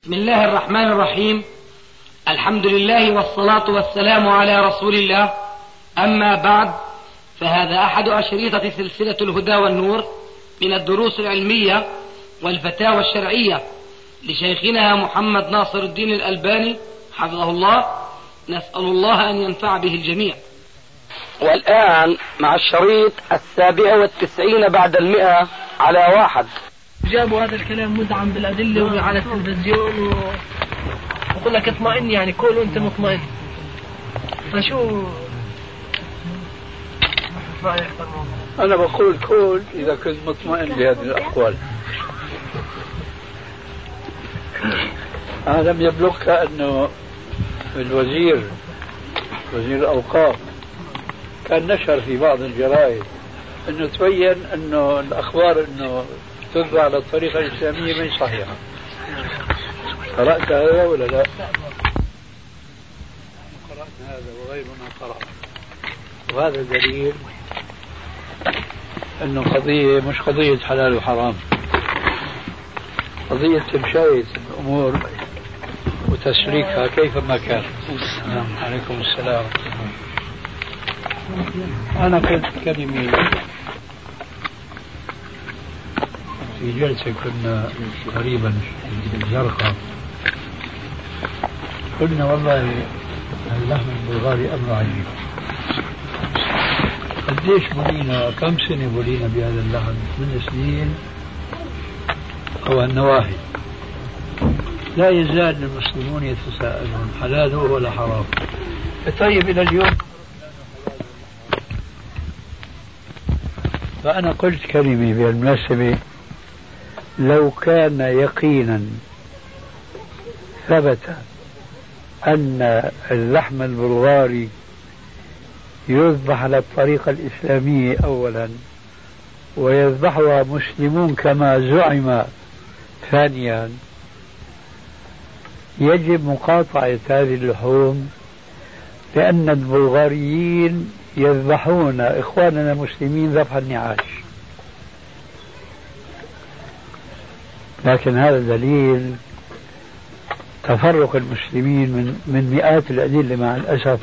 بسم الله الرحمن الرحيم. الحمد لله والصلاة والسلام على رسول الله. أما بعد، فهذا أحد أشريطة سلسلة الهدى والنور من الدروس العلمية والفتاوى الشرعية لشيخنا محمد ناصر الدين الألباني حفظه الله. نسأل الله أن ينفع به الجميع. والآن مع الشريط 97 بعد 100 على 1. جابوا هذا الكلام مدعم بالأدلة وعلى التلفزيون ويقول لك اطمئن، يعني كل وانت مطمئن. فشو رأيك في الموضوع؟ أنا بقول كل إذا كنت مطمئن بهذه الأقوال. لم يبلغك أنه وزير الأوقاف كان نشر في بعض الجرائد أنه تبين أنه الأخبار أنه تتبع على الطريقة الإسلامية من صحيحة. قرأت هذا ولا لا؟ قرأت هذا وغيرنا قرأ، وهذا دليل أنه قضية مش قضية حلال وحرام، قضية تمشية الأمور وتسليكها كيفما كان. عليكم السلام. أنا كنت كلمي في جلسة كنا قريبا في الزرقاء، قلنا والله اللحم البلغاري أمر عجيب. قديش بلينا، كم سنة بلينا بهذا اللحم؟ من سنين أو النواهي. لا يزال المسلمون يتساءلون حلاله ولا حرام. طيب إلى اليوم. فأنا قلت كلمة بالمناسبة، لو كان يقينا ثبت أن اللحم البلغاري يذبح على الطريقة الإسلامية أولا ويذبحها مسلمون كما زعم ثانيا، يجب مقاطعة هذه اللحوم، لأن البلغاريين يذبحون إخواننا المسلمين ذبح النعاش. لكن هذا دليل تفرق المسلمين من مئات الأدلة مع الأسف،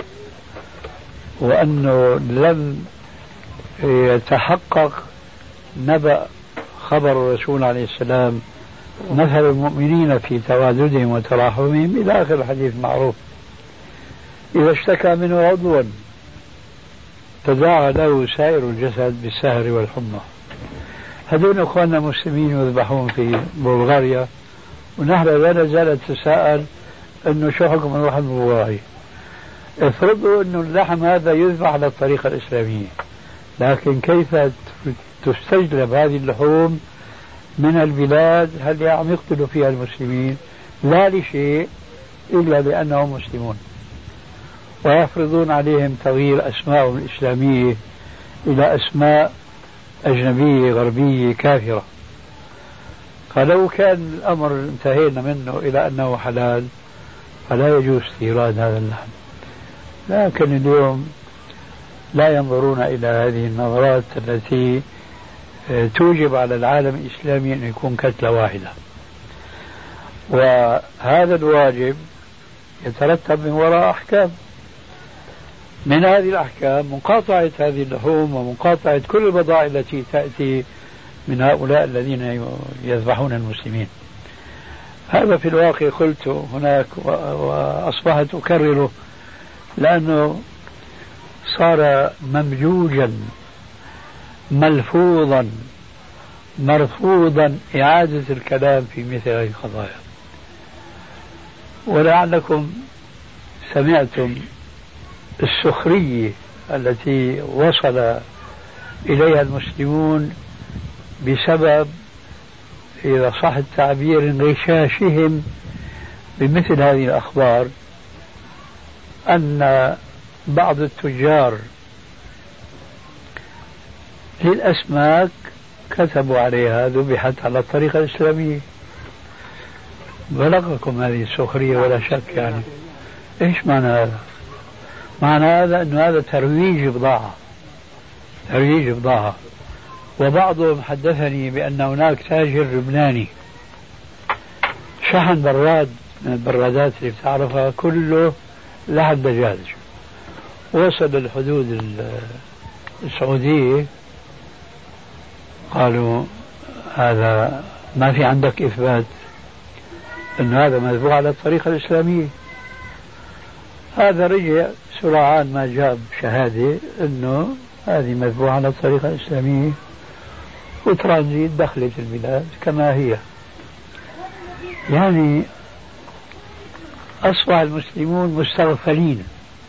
وأنه لم يتحقق نبأ خبر الرسول عليه السلام مثل المؤمنين في تواددهم وتراحمهم إلى آخر الحديث معروف. إذا اشتكى منه عضو تداعى له سائر الجسد بالسهر والحمى. هذول اخواننا المسلمين يذبحون في بلغاريا، ونحن لا نزال نتساءل انه شو حكم اللحم البلغاري. افرضوا انه اللحم هذا يذبح على الطريقه الاسلاميه، لكن كيف تستجلب هذه اللحوم من البلاد هل عم يقتلوا فيها المسلمين؟ لا لشيء الا لانهم مسلمون، ويفرضون عليهم تغيير اسمائهم الاسلاميه الى اسماء أجنبية غربية كافرة. فلو كان الأمر انتهينا منه إلى أنه حلال فلا يجوز استيراد هذا اللحم. لكن اليوم لا ينظرون إلى هذه النظرات التي توجب على العالم الإسلامي أن يكون كتلة واحدة، وهذا الواجب يترتب من وراء أحكام. من هذه الأحكام مقاطعة هذه اللحوم ومقاطعة كل البضائع التي تأتي من هؤلاء الذين يذبحون المسلمين. هذا في الواقع قلت هناك وأصبحت أكرره، لأنه صار ممجوجا ملفوظا مرفوضا إعادة الكلام في مثل هذه القضايا. ولعلكم سمعتم السخرية التي وصل إليها المسلمون بسبب، إذا صح التعبير، انغشاشهم بمثل هذه الأخبار، أن بعض التجار للأسماك كتبوا عليها ذبحت على الطريقة الإسلامية. بلغكم هذه السخرية ولا شك. يعني إيش معنى هذا؟ معنى هذا أن هذا ترويج بضاعة. وبعضهم حدثني بأن هناك تاجر لبناني شحن براد من البرادات اللي بتعرفها كله لحم دجاج. وصل الحدود السعودية قالوا هذا ما في عندك إثبات أن هذا مذبوح على الطريقة الإسلامية. هذا رجع سرعان ما جاب شهادة أنه هذه مذبوحة على الطريقة الإسلامية، وترانزيت دخلت البلاد كما هي. يعني أصبح المسلمون مستغفلين،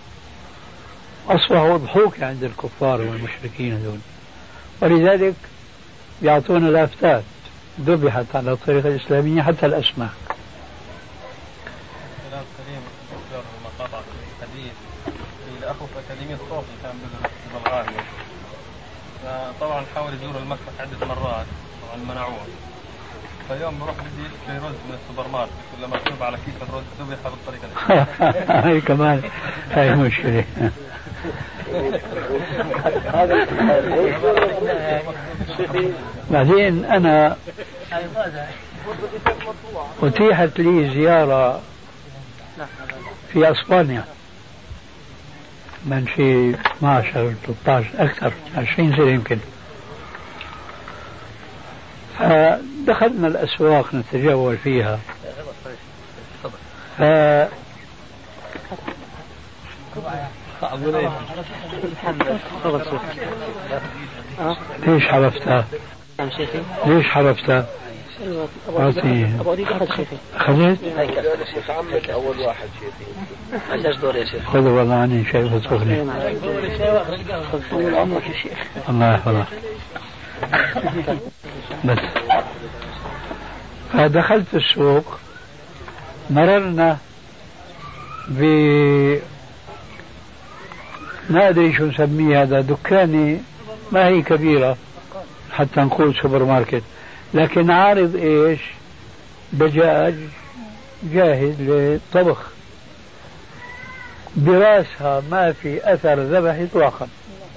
أصبحوا ضحوك عند الكفار والمشركين دول، ولذلك يعطون لافتات ذبحت على الطريقة الإسلامية حتى الأسماء. كلام سليم ذكر مقاطع في الحديث الأخ في أكاديمية الصوت اللي كان بدرس في بلغاريا، فطبعا حاول يزور المسرح عدة مرات، طبعا منعوه. فيوم بروح بدي اشتري رز من السوبر ماركت، ولا مكتوب على كيس الرز ذبح بالطريقة الإسلامية. هاي كمان هاي مشكلة. بعدين أنا أتيحت لي زيارة في أسبانيا من شيء 12 13 أكثر 20 سنة يمكن. فدخلنا الأسواق نتجول فيها. ليش حرفتها؟ ليش حرفتها؟ خذيت؟ أول واحد شيخي. دور يا شيخ. خذ والله عني شيء وتغني. طول عمرك يا شيخ. الله يحفظك. بس فدخلت السوق، مررنا ب ما أدري شو نسميه، هذا دكاني ما هي كبيرة حتى نقول سوبر ماركت، لكن عارض إيش؟ دجاج جاهز للطبخ، براسها ما في أثر ذبح إطلاقا.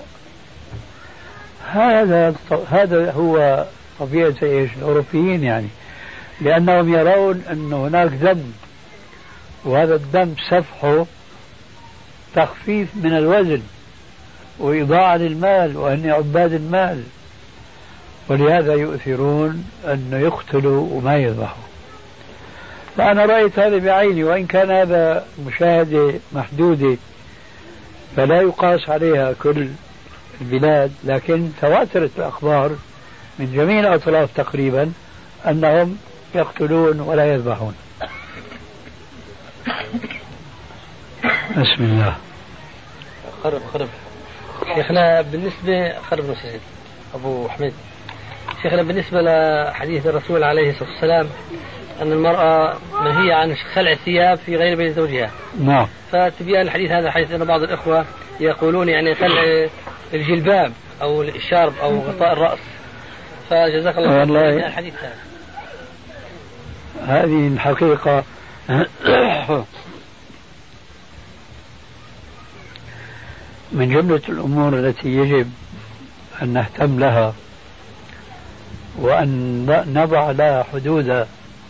هذا هو طبيعة إيش؟ الأوروبيين يعني، لأنهم يرون أن هناك دم، وهذا الدم سفحه تخفيف من الوزن وإضاعة للمال، وأن عباد المال، ولهذا يؤثرون أن يقتلوا وما يذبحوا. فأنا رأيت هذا بعيني، وإن كان هذا مشاهدة محدودة فلا يقاس عليها كل البلاد، لكن تواترت الأخبار من جميع الأطراف تقريبا أنهم يقتلون ولا يذبحون. بسم الله. خرب شيخنا بالنسبة خرب مسجد أبو حميد. شيخنا بالنسبة لحديث الرسول عليه الصلاة والسلام أن المرأة منهية عن خلع الثياب في غير بيت زوجها. نعم. فتبيان الحديث هذا، حيث أن بعض الإخوة يقولون يعني خلع الجلباب أو الشارب أو غطاء الرأس. فجزاك الله خير الحديث هذا. هذه الحقيقة من جملة الأمور التي يجب أن نهتم لها وأن نضع لها حدودا،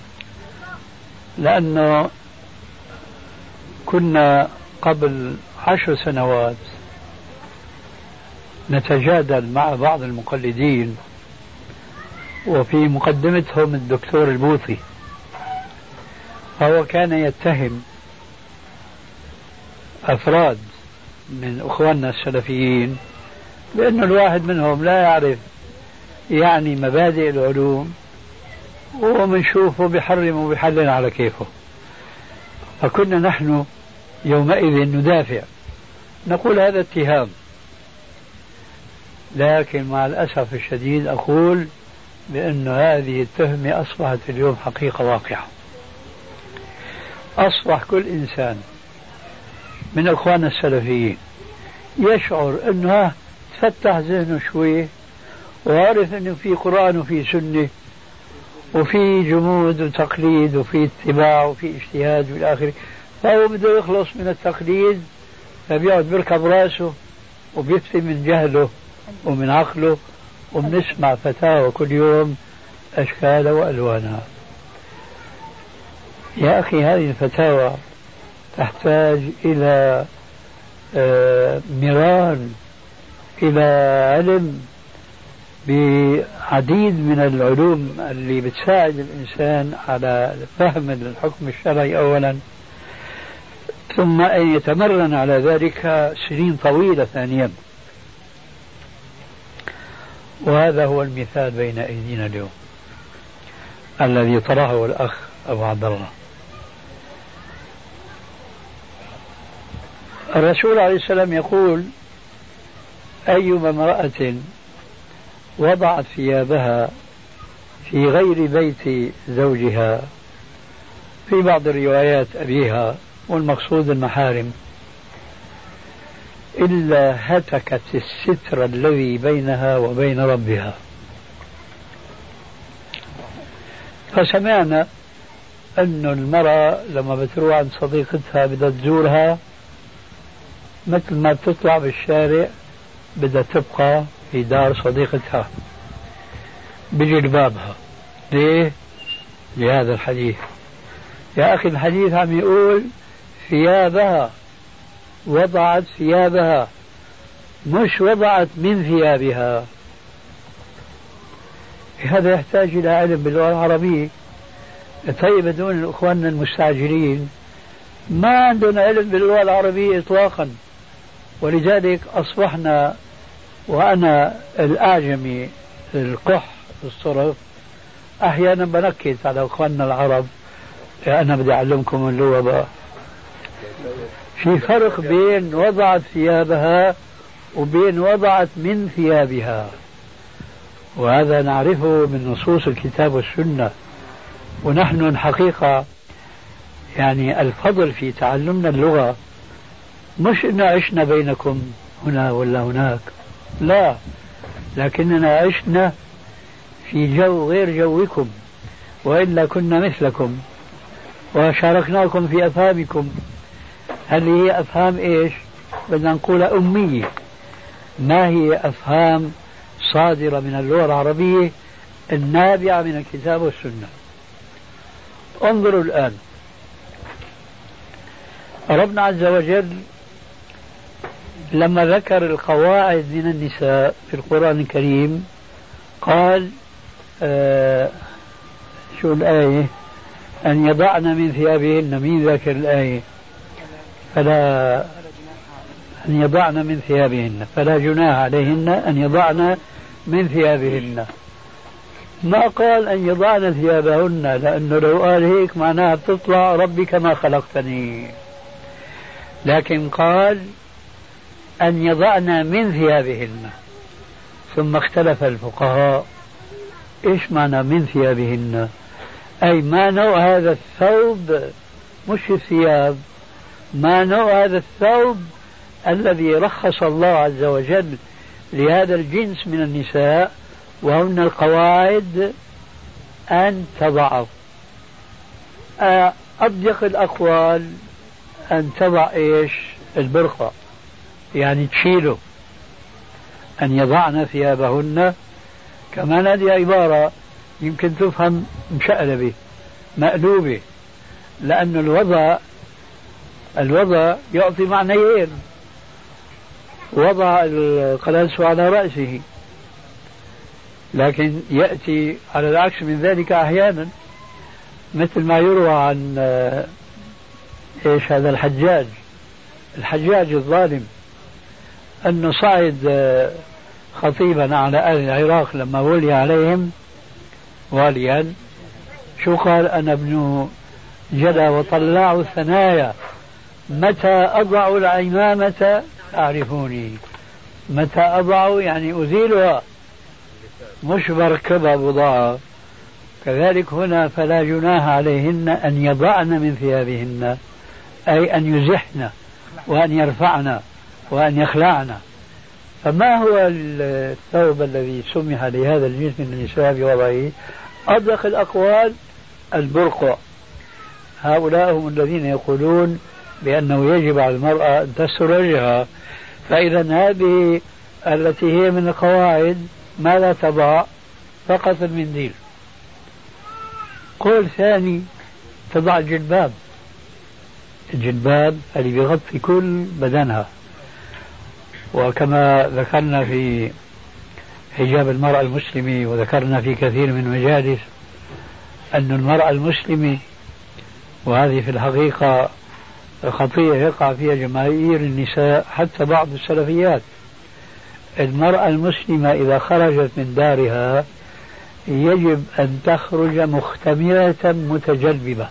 لأنه كنا قبل 10 سنوات نتجادل مع بعض المقلدين، وفي مقدمتهم الدكتور البوطي، فهو كان يتهم أفراد من أخواننا السلفيين بأن الواحد منهم لا يعرف يعني مبادئ العلوم، ومنشوفه بحرم وبحلل على كيفه. فكنا نحن يومئذ ندافع، نقول هذا اتهام، لكن مع الأسف الشديد أقول بأن هذه التهمة أصبحت اليوم حقيقة واقعة. أصبح كل إنسان من أخواننا السلفيين يشعر أنه تفتح ذهنه شوي وعرف أنه في قرآن وفي سنة وفي جمود وتقليد وفي اتباع وفي اجتهاد والآخر، فهو بده يخلص من التقليد، فبيقعد بركب راسه وبيفتي من جهله ومن عقله، وبنسمع فتاوى كل يوم أشكالها وألوانها. يا أخي هذه الفتاوى تحتاج إلى مران، إلى علم بعديد من العلوم اللي بتساعد الإنسان على فهم الحكم الشرعي أولا، ثم أن يتمرن على ذلك سنين طويلة ثانيا. وهذا هو المثال بين أيدينا اليوم الذي طرحه الأخ أبو عبد الله. الرسول عليه السلام يقول: أيما امرأة وضعت ثيابها في غير بيت زوجها، في بعض الروايات أبيها والمقصود المحارم، إلا هتكت الستر الذي بينها وبين ربها. فسمعنا أن المرأة لما بتروح عند صديقتها بدها تزورها مثل ما بتطلع بالشارع بدها تبقى في دار صديقتها بجلبابها. ليه؟ لهذا الحديث. يا أخي الحديث عم يقول ثيابها، وضعت ثيابها، مش وضعت من ثيابها. هذا يحتاج إلى علم باللغة العربية. طيب دون إخواننا المستعجلين ما عندنا علم باللغة العربية إطلاقا، ولذلك أصبحنا وأنا الأعجمي القح الصرف أحيانا بنكت على إخواننا العرب: أنا بدي أعلمكم اللغة بقى. في فرق بين وضعت ثيابها وبين وضعت من ثيابها، وهذا نعرفه من نصوص الكتاب والسنة. ونحن الحقيقة يعني الفضل في تعلمنا اللغة مش إن عشنا بينكم هنا ولا هناك، لا، لكننا عشنا في جو غير جوكم، وإلا كنا مثلكم وشاركناكم في أفهامكم. هل هي أفهام إيش؟ بدنا نقول أمية، ما هي أفهام صادرة من اللغة العربية النابعة من الكتاب والسنة. انظروا الآن، ربنا عز وجل لما ذكر القواعد من النساء في القرآن الكريم قال شو الآية؟ أن يضعن من ثيابهن. مين ذكر الآية؟ فلا أن يضعن من ثيابهن فلا جناح عليهن أن يضعن من ثيابهن. ما قال أن يضعن ثيابهن، لأنه لو قال هيك معناها بتطلع ربي كما خلقتني، لكن قال أن يضعن من ثيابهن. ثم اختلف الفقهاء إيش معنى من ثيابهن؟ أي ما نوع هذا الثوب، مش الثياب، ما نوع هذا الثوب الذي رخص الله عز وجل لهذا الجنس من النساء، وهن القواعد أن تضعه. أضيق الأقوال أن تضع إيش؟ البرقع، يعني تشيله. أن يضعن ثيابهن كمان هذه عبارة يمكن تفهم مشقلبة مقلوبة، لأن الوضع يعطي معنيين: وضع القلنس على رأسه، لكن يأتي على العكس من ذلك أحيانا، مثل ما يروى عن إيش هذا الحجاج الظالم، أنه صعد خطيبا على أهل العراق لما ولي عليهم واليا، شو قال؟ أنا ابن جدى وطلع الثنايا، متى أضع العمامة تعرفوني. متى أضع يعني أزيلها، مش بركبها بضاعة. كذلك هنا فلا جناح عليهن أن يضعن من ثيابهن، أي أن يزحن وأن يرفعن وأن يخلعن. فما هو الثوب الذي سمح لهذا الجنس من النساء بوضعه؟ أضيق الأقوال البرقع. هؤلاء هم الذين يقولون بأنه يجب على المرأة أن تستر وجهها، فإذا هذه التي هي من القواعد ما لا تضع فقط المنديل. قول ثاني تضع الجلباب. الجلباب اللي بيغطي كل بدنها، وكما ذكرنا في حجاب المرأة المسلمة، وذكرنا في كثير من المجالس أن المرأة المسلمة، وهذه في الحقيقة خطية يقع فيها جماهير النساء حتى بعض السلفيات، المرأة المسلمة إذا خرجت من دارها يجب أن تخرج مختمرة متجلببة.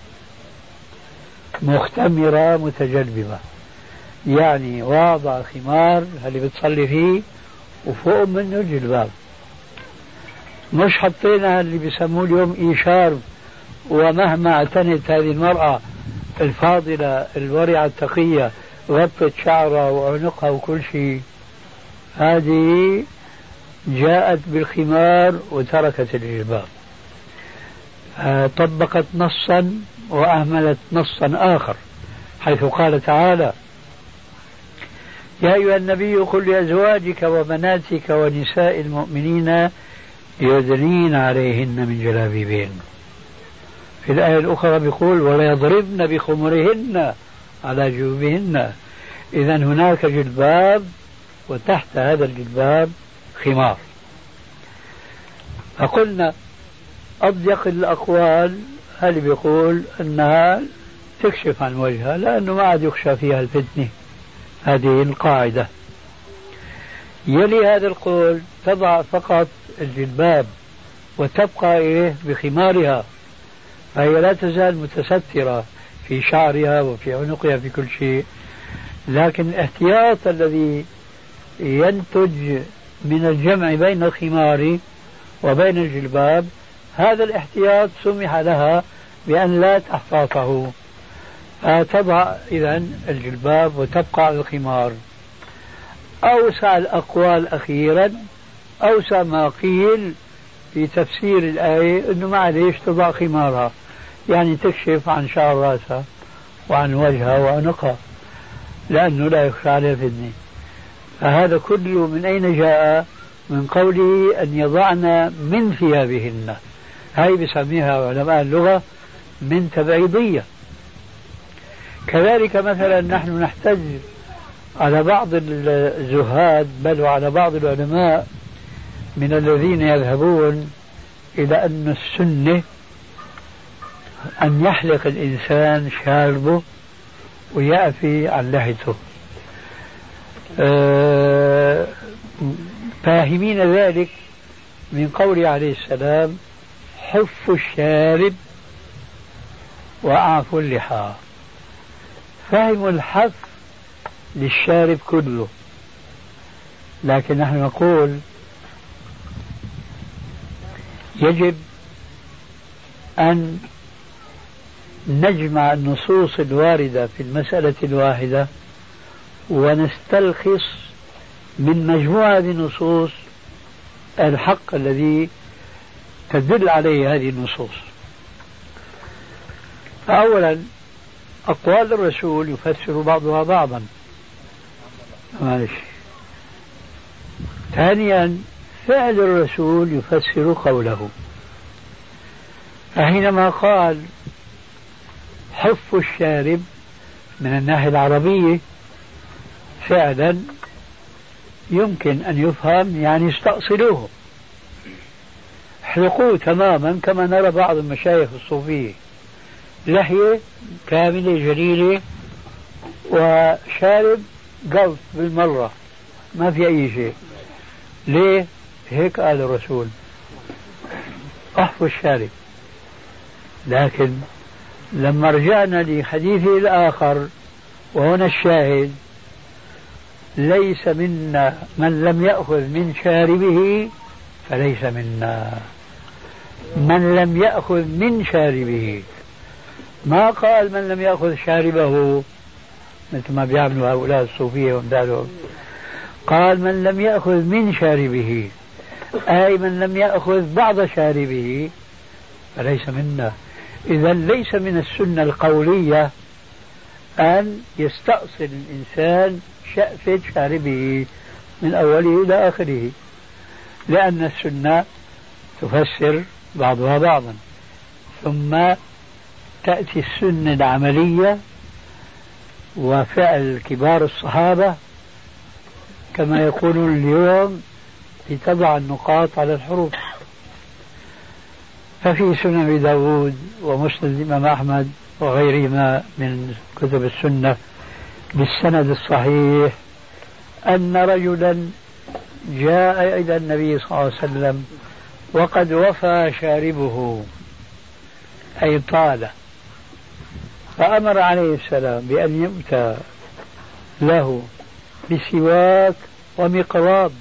مختمرة متجلببة يعني واضع خمار اللي بتصلي فيه وفوق منه جلباب، مش حطينا اللي بيسموه اليوم إيشار. ومهما اعتنت هذه المرأة الفاضلة الورعة التقية غطت شعرها وعنقها وكل شيء، هذه جاءت بالخمار وتركت الجلباب، طبقت نصا وأهملت نصا آخر، حيث قال تعالى: يا أيها النبي قل لأزواجك وبناتك ونساء المؤمنين يدنين عليهن من جلابيبهن. في الآية الأخرى بيقول: ولا يضربن بخمرهن على جيوبهن. إذا هناك جلباب وتحت هذا الجلباب خمار. فقلنا أضيق الأقوال اللي بيقول أنها تكشف عن وجهها لأنه ما عاد يخشى فيها الفتنة، هذه القاعدة. يلي هذا القول تضع فقط الجلباب وتبقى إيه بخمارها، فهي لا تزال متسترة في شعرها وفي عنقها في كل شيء، لكن الاحتياط الذي ينتج من الجمع بين الخمار وبين الجلباب، هذا الاحتياط سمح لها بأن لا تحتاطه، تضع إذن الجلباب وتبقى على الخمار. أوسع الأقوال أخيرا، أوسع ما قيل في تفسير الآية أنه معليش تضع خمارها، يعني تكشف عن شعر رأسها وعن وجهها وعنقها لأنه لا يخشى عليها فتنة. فهذا كله من أين جاء؟ من قوله أن يضعن من ثيابهن، هاي بسميها علماء اللغة من تبعيضية. كذلك مثلا نحن نحتج على بعض الزهاد بل وعلى بعض العلماء من الذين يذهبون إلى أن السنة أن يحلق الإنسان شاربه ويأفي عن لحيته، فاهمين ذلك من قوله عليه السلام: حف الشارب وأعفوا اللحى. فهموا الحف للشارب كله، لكن نحن نقول يجب أن نجمع النصوص الواردة في المسألة الواحدة ونستلخص من مجموعة النصوص الحق الذي تدل عليه هذه النصوص. أولا أقوال الرسول يفسر بعضها بعضا، معلش. ثانيا فعل الرسول يفسر قوله، فحينما قال حف الشارب من الناحية العربية فعلا يمكن أن يفهم يعني استأصلوه، احلقوه تماما كما نرى بعض المشايخ الصوفية، لحية كاملة جليلة وشارب قلط بالمرة ما في أي شيء. ليه؟ هيك قال الرسول أحفوا الشارب. لكن لما رجعنا لحديثه الآخر وهنا الشاهد: ليس منا من لم يأخذ من شاربه فليس منا. من لم يأخذ من شاربه، ما قال من لم يأخذ شاربه مثل ما بيعملوا هؤلاء الصوفية وامثالهم، قال من لم يأخذ من شاربه، أي من لم يأخذ بعض شاربه فليس منا. إذا ليس من السنة القولية أن يستأصل الإنسان شأفة شاربه من أوله إلى آخره، لأن السنة تفسر بعضها بعضا. ثم تأتي السنة العملية وفعل كبار الصحابة كما يقولون اليوم لتضع النقاط على الحروف. ففي سنن أبي داود ومسند الإمام أحمد وغيرهما من كتب السنة بالسند الصحيح أن رجلا جاء إلى النبي صلى الله عليه وسلم وقد وفى شاربه أي طال، فأمر عليه السلام بأن يؤتى له بسواك ومقراض،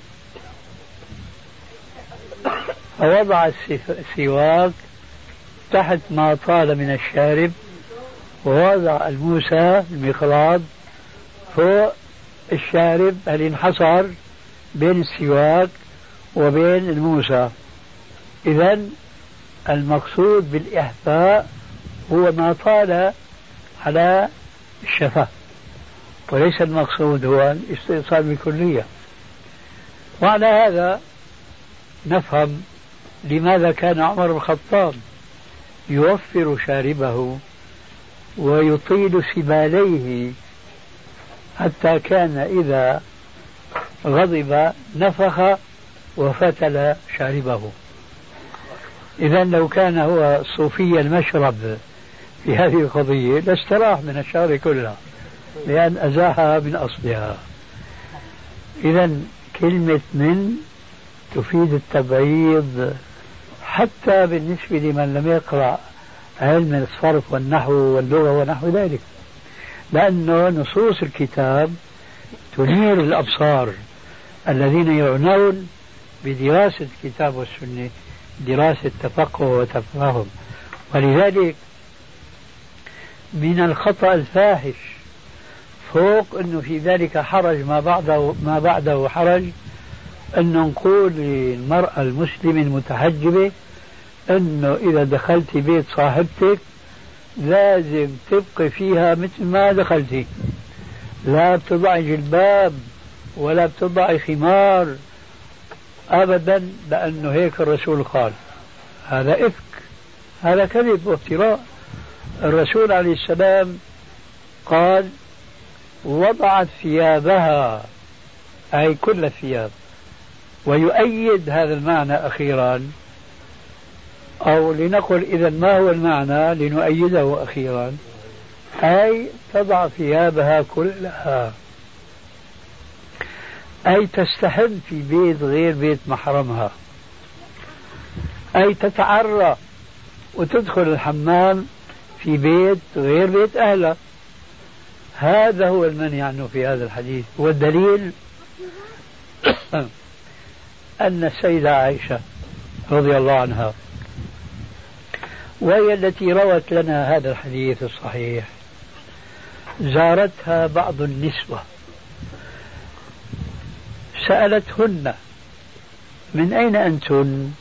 فوضع السواك تحت ما طال من الشارب، ووضع الموسى المقراض فوق الشارب اللي انحصر بين السواك وبين الموسى. إذن المقصود بالإحفاء هو ما طال على الشفة، وليس المقصود هو الاستئصال بالكلية. وعلى هذا نفهم لماذا كان عمر بن الخطاب يوفر شاربه ويطيل سباليه حتى كان إذا غضب نفخ وفتل شاربه. إذا لو كان هو صوفي المشرب في هذه القضية لاستراح من الشر كلها لأن أزاحها من أصلها. إذا كلمة من تفيد التبعيض حتى بالنسبة لمن لم يقرأ علم الصرف والنحو واللغة ونحو ذلك، لأنه نصوص الكتاب تنير الأبصار الذين يعنون بدراسة الكتاب والسنة دراسة تفقه وتفهم. ولذلك من الخطأ الفاحش فوق أنه في ذلك حرج ما بعده حرج أن نقول للمرأة المسلمة المتحجبة أنه إذا دخلت بيت صاحبتك لازم تبقي فيها مثل ما دخلتي، لا بتضعي جلباب ولا بتضعي خمار أبدا، لأنه هيك الرسول قال. هذا إفك، هذا كذب وافتراء. الرسول عليه السلام قال وضعت ثيابها أي كل الثياب، ويؤيد هذا المعنى أخيرا، أو لنقل إذا ما هو المعنى لنؤيده أخيرا، أي تضع ثيابها كلها، أي تستحم في بيت غير بيت محرمها، أي تتعرى وتدخل الحمام في بيت غير بيت أهلها. هذا هو المنهي عنه في هذا الحديث. والدليل أن السيدة عائشة رضي الله عنها وهي التي روت لنا هذا الحديث الصحيح زارتها بعض النسوة سألتهن من أين أنتن؟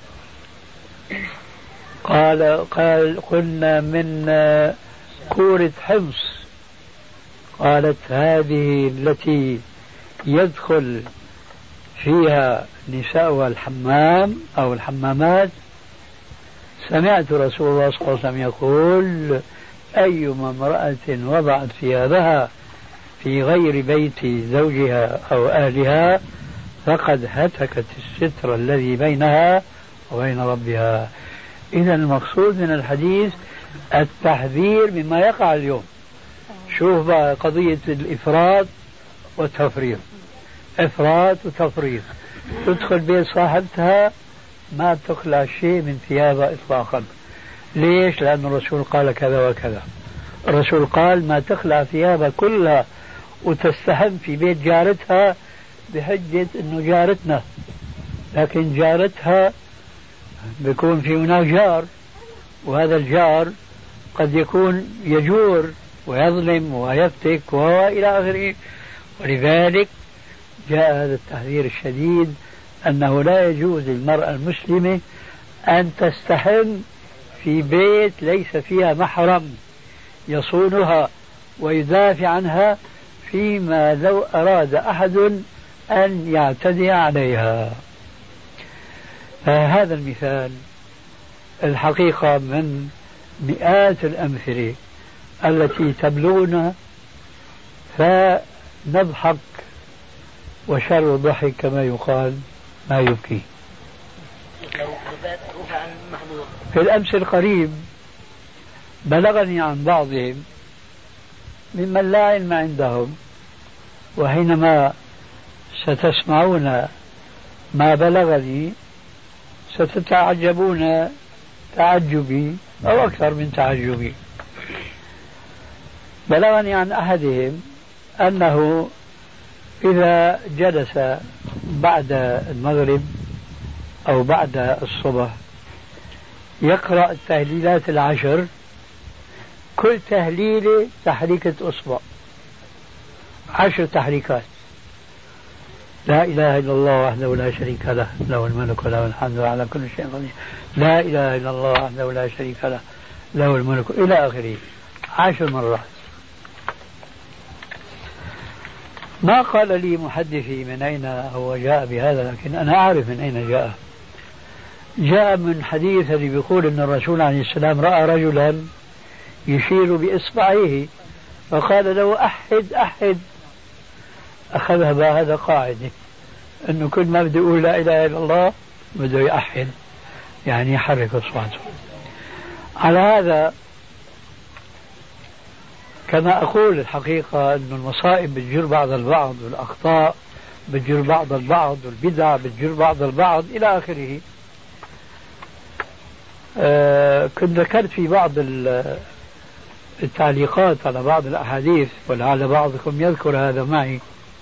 قلنا من كورة حمص. قالت هذه التي يدخل فيها نساء الحمام أو الحمامات. سمعت رسول الله صلى الله عليه وسلم يقول أيما امرأة وضعت ثيابها في غير بيت زوجها أو أهلها فقد هتكت الستر الذي بينها وبين ربها. إذا المقصود من الحديث التحذير مما يقع اليوم. شوف بقى قضية الإفراط والتفريط، إفراط وتفريط. تدخل بيت صاحبتها ما بتخلع شيء من ثيابها إطلاقا. ليش؟ لأن الرسول قال كذا وكذا. الرسول قال ما تخلع ثيابها كلها وتستحم في بيت جارتها بحجة أنه جارتنا، لكن جارتها بيكون في هناك جار، وهذا الجار قد يكون يجور ويظلم ويفتك وإلى آخره. ولذلك جاء هذا التحذير الشديد أنه لا يجوز للمرأة المسلمة أن تستحم في بيت ليس فيها محرم يصونها ويدافع عنها، فيما لو أراد أحد أن يعتدي عليها. فهذا المثال الحقيقة من مئات الأمثلة التي تبلغنا فنضحك، وشر الضحك كما يقال ما يبكي. في الأمس القريب بلغني عن بعضهم ممن لا علم عندهم، وحينما ستسمعون ما بلغني ستتعجبون تعجبي أو أكثر من تعجبي. بلغني عن أحدهم أنه إذا جلس بعد المغرب أو بعد الصبح يقرأ التهليلات 10، كل تهليلة تحريكة أصبع، 10 تحريكات. لا إله إلا الله وحده لا شريك له، له الملك وله الحمد على كل شيء قدير. لا إله إلا الله وحده لا شريك له، له الملك، إلى آخره 10 مرات. ما قال لي محدثي من أين هو جاء بهذا، لكن أنا أعرف من أين جاء. جاء من حديث الذي بيقول أن الرسول عليه السلام رأى رجلا يشير بإصبعيه فقال له أحد أحد، أخذها بهذا قاعدة أنه كل ما بده يقول لا إله إلا الله بده يأحد، يعني يحرك أصواته. على هذا كما أقول الحقيقة أن المصائب بتجر بعض البعض، والأخطاء بتجر بعض البعض، والبدع بتجر بعض البعض إلى آخره. كنت ذكرت في بعض التعليقات على بعض الأحاديث، ولعل بعضكم يذكر هذا معي،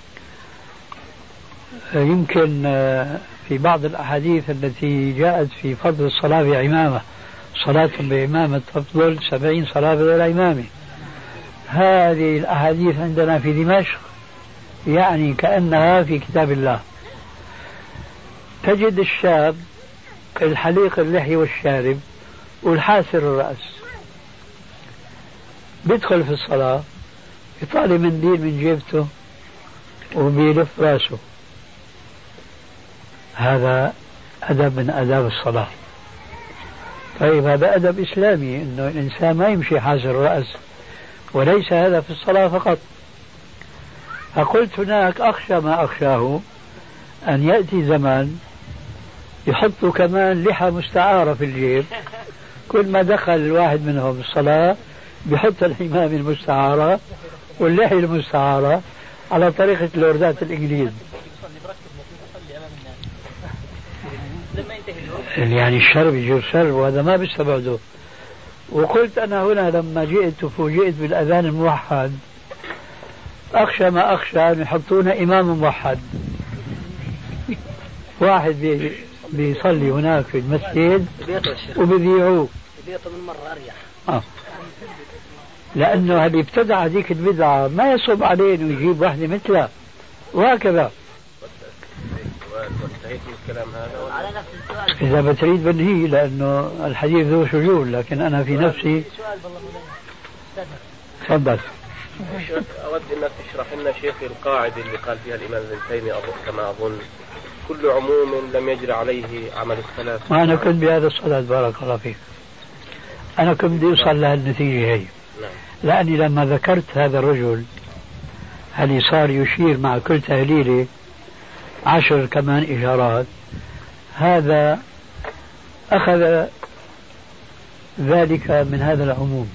يمكن في بعض الأحاديث التي جاءت في فضل الصلاة بعمامة، صلاة بعمامة تفضل 70 صلاة بغير عمامة. هذه الأحاديث عندنا في دمشق يعني كأنها في كتاب الله. تجد الشاب الحليق اللحية والشارب والحاسر الرأس بيدخل في الصلاة يطالع منديل من جيبته وبيلف راسه. هذا أدب من آداب الصلاة. طيب هذا أدب إسلامي، إنه الإنسان ما يمشي حاسر الرأس، وليس هذا في الصلاة فقط. فقلت هناك أخشى ما أخشاه أن يأتي زمان يحطوا كمان لحى مستعارة في الجيب، كل ما دخل الواحد منهم الصلاة بيحط الحمام المستعارة واللحية المستعارة على طريقة لوردات الإنجليز. يعني الشر بيجر شر، وهذا ما بيستبعده. وقلت أنا هنا لما جئت فوجئت بالأذان الموحد أخشى ما أخشى أن يحطون إمام موحد، واحد بيصلي هناك في المسجد وبيبيعوه من مرة أريح. لأنه اللي ابتدع هذيك البدعة ما يصب عليه إنه يجيب واحدة مثله، وهكذا. إذا بتريد بنهي لأنه الحديث ذو شجون، لكن أنا في نفسي. تفضل. أود أنك تشرح لنا شيخ القاعدة اللي قال فيها الإمام ابن تيمية كما أظن كل عموم لم يجري عليه عمل السلف. ما أنا كنت بهذا الصلاة بارك الله فيك، أنا كنت بدي أوصل لهالنتيجة هي. لأني لما ذكرت هذا الرجل اللي صار يشير مع كل تهليلة 10 كمان إشارات، هذا أخذ ذلك من هذا العموم.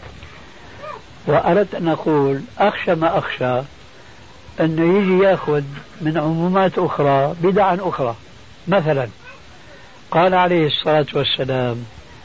وأردت أن أقول أخشى ما أخشى أنه يجي يأخذ من عمومات أخرى بدعا أخرى. مثلا قال عليه الصلاة والسلام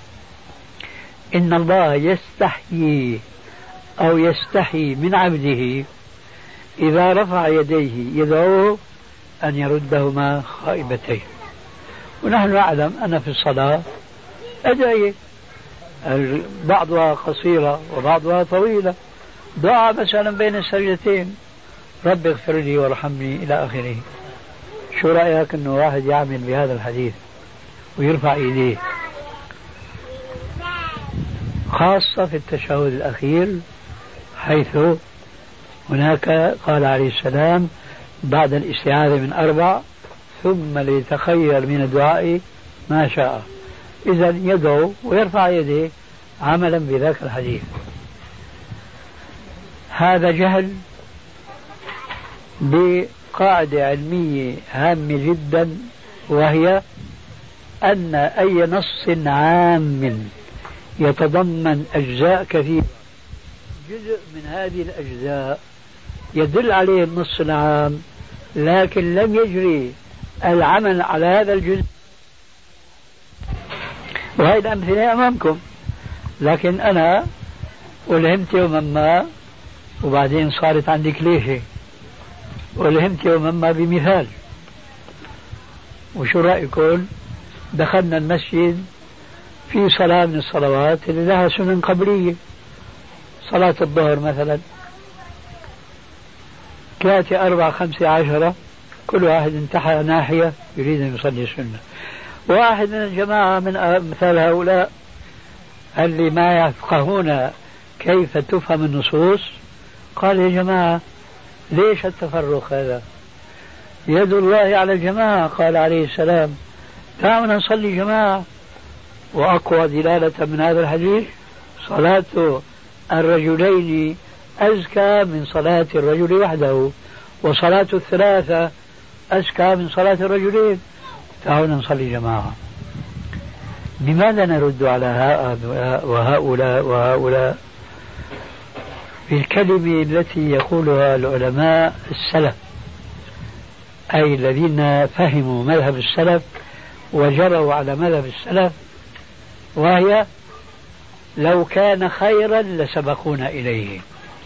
إن الله يستحيي أو يستحي من عبده إذا رفع يديه يدعوه أن يردهما خائبتين. ونحن نعلم أن في الصلاة أدعية بعضها قصيرة وبعضها طويلة، دعاء مثلا بين السجدتين رب اغفر لي وارحمني إلى آخره. شو رأيك أنه واحد يعمل بهذا الحديث ويرفع إيديه، خاصة في التشهد الأخير، حيث هناك قال عليه السلام بعد الاستعاذة من 4 ثم ليتخير من الدعاء ما شاء. إذا يدعو ويرفع يديه عملا بذاك الحديث. هذا جهل بقاعدة علمية هامة جدا، وهي أن أي نص عام يتضمن أجزاء كثيرة، جزء من هذه الأجزاء يدل عليه النص العام لكن لم يجري العمل على هذا الجزء. وهذه الأمثلة أمامكم، لكن أنا ألهمت يوما ما وبعدين صارت عندي كليشة، ألهمت يوما ما بمثال، وشو رأيكم؟ دخلنا المسجد في صلاة من الصلوات اللي لها سنن قبلية، صلاة الظهر مثلا 3 4 5 10، كل واحد انتحى ناحية يريد أن يصلي السنة. واحد من الجماعة من مثال هؤلاء اللي ما يفقهون كيف تفهم النصوص قال: يا جماعة ليش التفرق هذا؟ يد الله على الجماعة، قال عليه السلام: دعونا نصلي جماعة. وأقوى دلالة من هذا الحديث صلاة الرجلين أزكى من صلاة الرجل وحده، وصلاة الثلاثة أزكى من صلاة الرجلين، دعونا نصلي جماعة. بماذا نرد على هؤلاء وهؤلاء وهؤلاء؟ بالكلمة التي يقولها العلماء السلف، أي الذين فهموا مذهب السلف وجروا على مذهب السلف، وهي: لو كان خيرا لسبقونا إليه.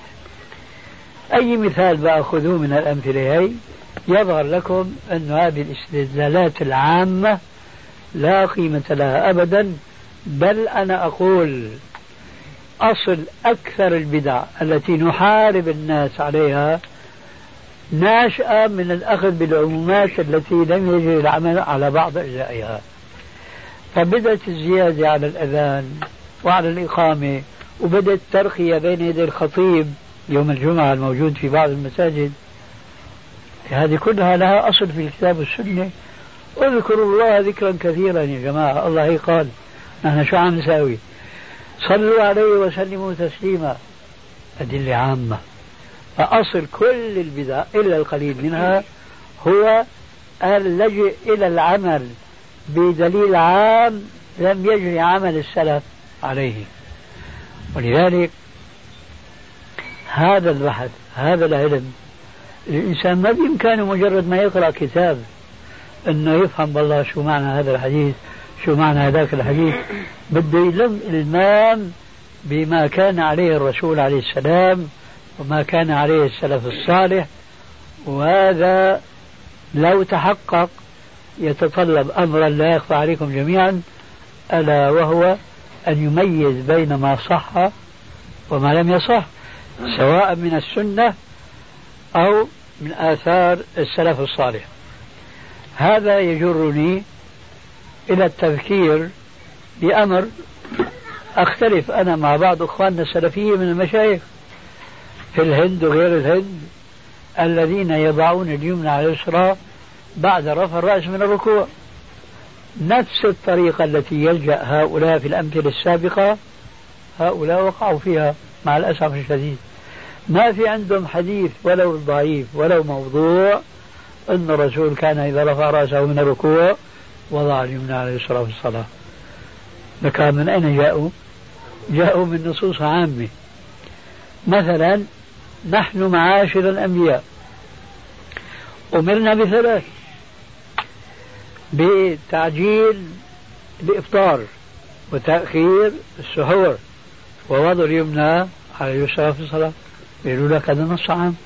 أي مثال بأخذوه من الأمثلة هي يظهر لكم أن هذه الاستدلالات العامة لا قيمة لها أبدا، بل أنا أقول أصل أكثر البدع التي نحارب الناس عليها ناشئة من الأخذ بالعمومات التي لم يجري العمل على بعض أجزائها. فبدأت الزيادة على الأذان وعلى الإقامة، وبدأت الترقية بين يدي الخطيب يوم الجمعة الموجود في بعض المساجد. هذه كلها لها أصل في الكتاب والسنة. اذكروا الله ذكرا كثيرا يا جماعة، الله قال، نحن شو عم نساوي؟ صلوا عليه وسلموا تسليما. أدلة عامة. فأصل كل البدع إلا القليل منها هو اللجئ إلى العمل بدليل عام لم يجري عمل السلف عليه. ولذلك هذا البحث، هذا العلم، الإنسان ما بإمكانه مجرد ما يقرأ كتاب أنه يفهم والله شو معنى هذا الحديث، شو معنى هذاك الحديث. بده يلم إلمام بما كان عليه الرسول عليه السلام وما كان عليه السلف الصالح. وهذا لو تحقق يتطلب أمرا لا يخفى عليكم جميعا، ألا وهو أن يميز بين ما صح وما لم يصح، سواء من السنة أو من آثار السلف الصالح. هذا يجرني إلى التفكير بأمر أختلف أنا مع بعض أخواننا السلفية من المشايخ في الهند وغير الهند، الذين يضعون اليمنى على اليسرى بعد رفع الرأس من الركوع. نفس الطريقة التي يلجأ هؤلاء في الأمثلة السابقة هؤلاء وقعوا فيها مع الأسف الشديد. ما في عندهم حديث ولو ضعيف ولو موضوع أن الرسول كان إذا رفع رأسه من الركوع وضع اليمنى على اليسرى في الصلاة. لكن من أين جاءوا؟ جاءوا من نصوص عامة. مثلا نحن معاشر الأنبياء أمرنا بثلاث: بتعجيل الإفطار وتأخير السحور ووضع اليمنى على اليسرى في الصلاة. يقولوا لك هذا نص عام،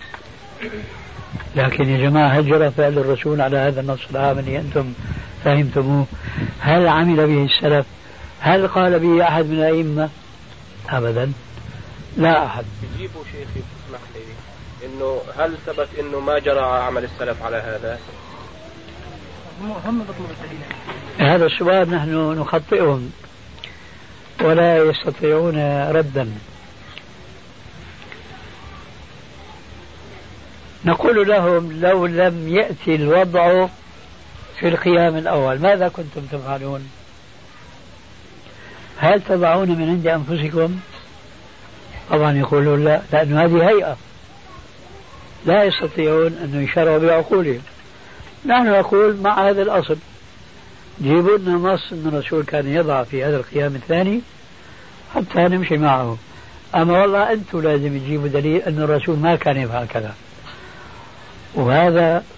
لكن يا جماعة هل جرى فعل الرسول على هذا النص العام اللي أنتم فهمتموه؟ هل عمل به السلف؟ هل قال به أحد من الأئمة؟ أبدا، لا أحد. يجيبوا شيخي اسمح لي إنه هل ثبت إنه ما جرى عمل السلف على هذا؟ هذا السؤال نحن نخطئهم ولا يستطيعون ردا. نقول لهم: لو لم يأتي الوضع في القيام الأول ماذا كنتم تفعلون؟ هل تضعون من عند أنفسكم؟ طبعا يقولون لا، لأن هذه هيئة لا يستطيعون أن يشرعوا بعقولهم. نحن نقول مع هذا الأصل جيبوا لنا نص أن الرسول كان يضع في هذا القيام الثاني حتى نمشي معه. أما والله أنتم لازم تجيبوا دليل أن الرسول ما كان يفعل كذا. وهذا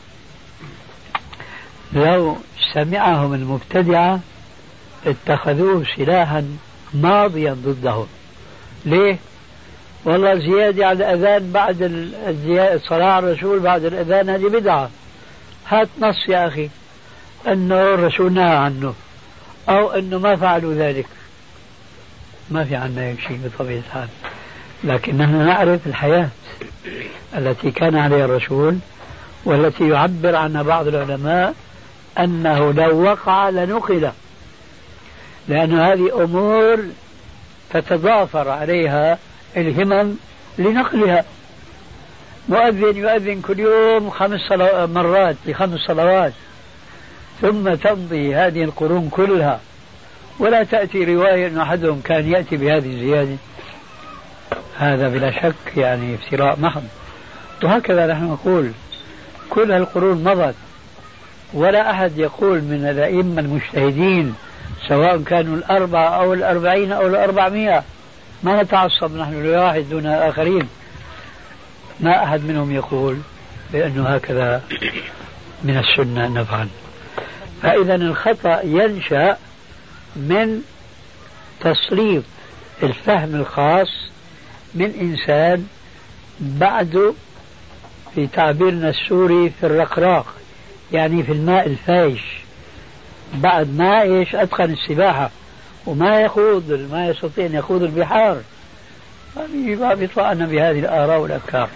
لو سمعهم المبتدعة اتخذوه سلاحا ماضيا ضدهم. ليه؟ والله زيادة على الأذان بعد الصلاة على الرسول بعد الأذان هذه بدعة. هات نص يا أخي أنه الرسول نهى عنه أو أنه ما فعلوا ذلك. ما في عنا هيك شيء بطبيعة الحال. لكن نحن نعرف الحياة التي كان عليها الرسول والتي يعبر عنها بعض العلماء أنه لو وقع لنقل، لأن هذه أمور تتضافر عليها الهمم لنقلها. مؤذن يؤذن كل يوم 5 مرات ل5 صلوات، ثم تمضي هذه القرون كلها ولا تأتي رواية أن أحدهم كان يأتي بهذه الزيادة. هذا بلا شك يعني افتراء محض. وهكذا نحن نقول كل القرون مضت ولا أحد يقول من الأئمة المجتهدين سواء كانوا 4 أو 40 أو 400، ما نتعصب نحن لواحد دون الآخرين، ما أحد منهم يقول بأنه هكذا من السنة أن نفعل. فإذا الخطأ ينشأ من تسليط الفهم الخاص من إنسان بعده في تعبيرنا السوري في الرقراق، يعني في الماء الفايش، بعد ما إيش أتقن السباحة وما يخوض، ما يستطيع أن يخوض البحار، بيطلعنا بهذه الآراء والأفكار.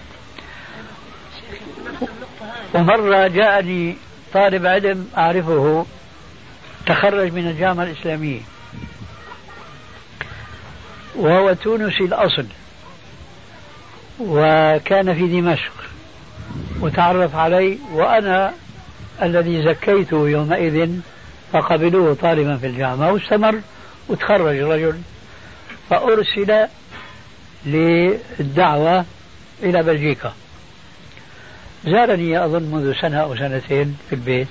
ومرة جاءني طالب علم أعرفه تخرج من الجامعة الإسلامية وهو تونسي الأصل وكان في دمشق وتعرف علي وأنا الذي زكيته يومئذ، فقبلوه طالبا في الجامعة واستمر وتخرج الرجل، فأرسل للدعوة إلى بلجيكا. زارني أظن منذ 1 أو 2 في البيت،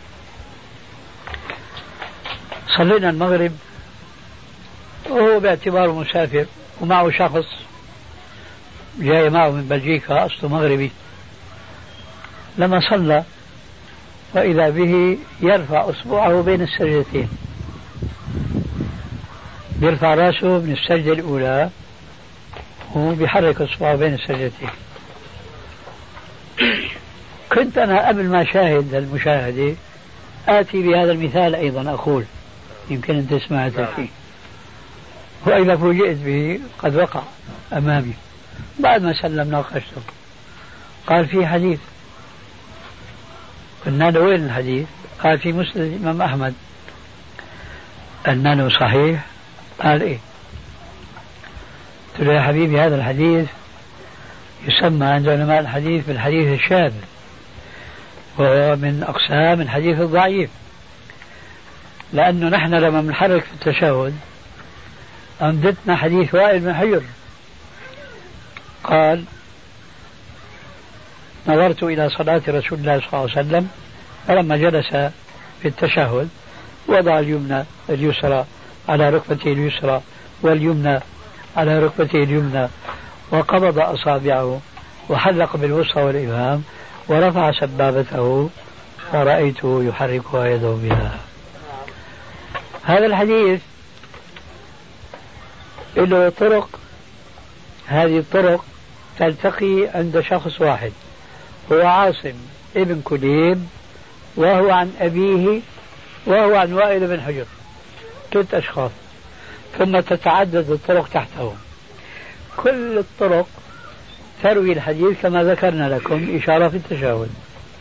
صلينا المغرب وهو باعتباره مسافر ومعه شخص جاي معه من بلجيكا أصله مغربي. لما صلى وإذا به يرفع أصبعه بين السجدتين، بيرفع رأسه من السجدة الأولى وبيحرك أصبعه بين السجدتين. كنت أنا قبل ما أشاهد المشاهدة آتي بهذا المثال أيضا أقول يمكن أن تسمع فيه، وإذا فوجئت به قد وقع أمامي. بعد ما سلم ناقشته قال في حديث. قلنا له وين الحديث؟ قال في مسند الإمام أحمد. قلنا له صحيح؟ قال إيه. قلت له يا حبيبي هذا الحديث يسمى عند علماء الحديث بالحديث الشاذ، وهو من أقسام الحديث الضعيف، لأنه نحن لما بنحرك في التشهد أمدتنا حديث وائل بن حجر قال نظرت إلى صلاة رسول الله صلى الله عليه وسلم فلما جلس في التشهد وضع اليمنى اليسرى على ركبته اليسرى واليمنى على ركبته اليمنى وقبض أصابعه وحلق بالوسطى والإبهام ورفع سبابته ورأيته يحركها يده بها. هذا الحديث له طرق، هذه الطرق تلتقي عند شخص واحد هو عاصم ابن كليب، وهو عن أبيه وهو عن وائل بن حجر، 3 أشخاص، ثم تتعدد الطرق تحته. كل الطرق تروي الحديث كما ذكرنا لكم إشارة في التشهد.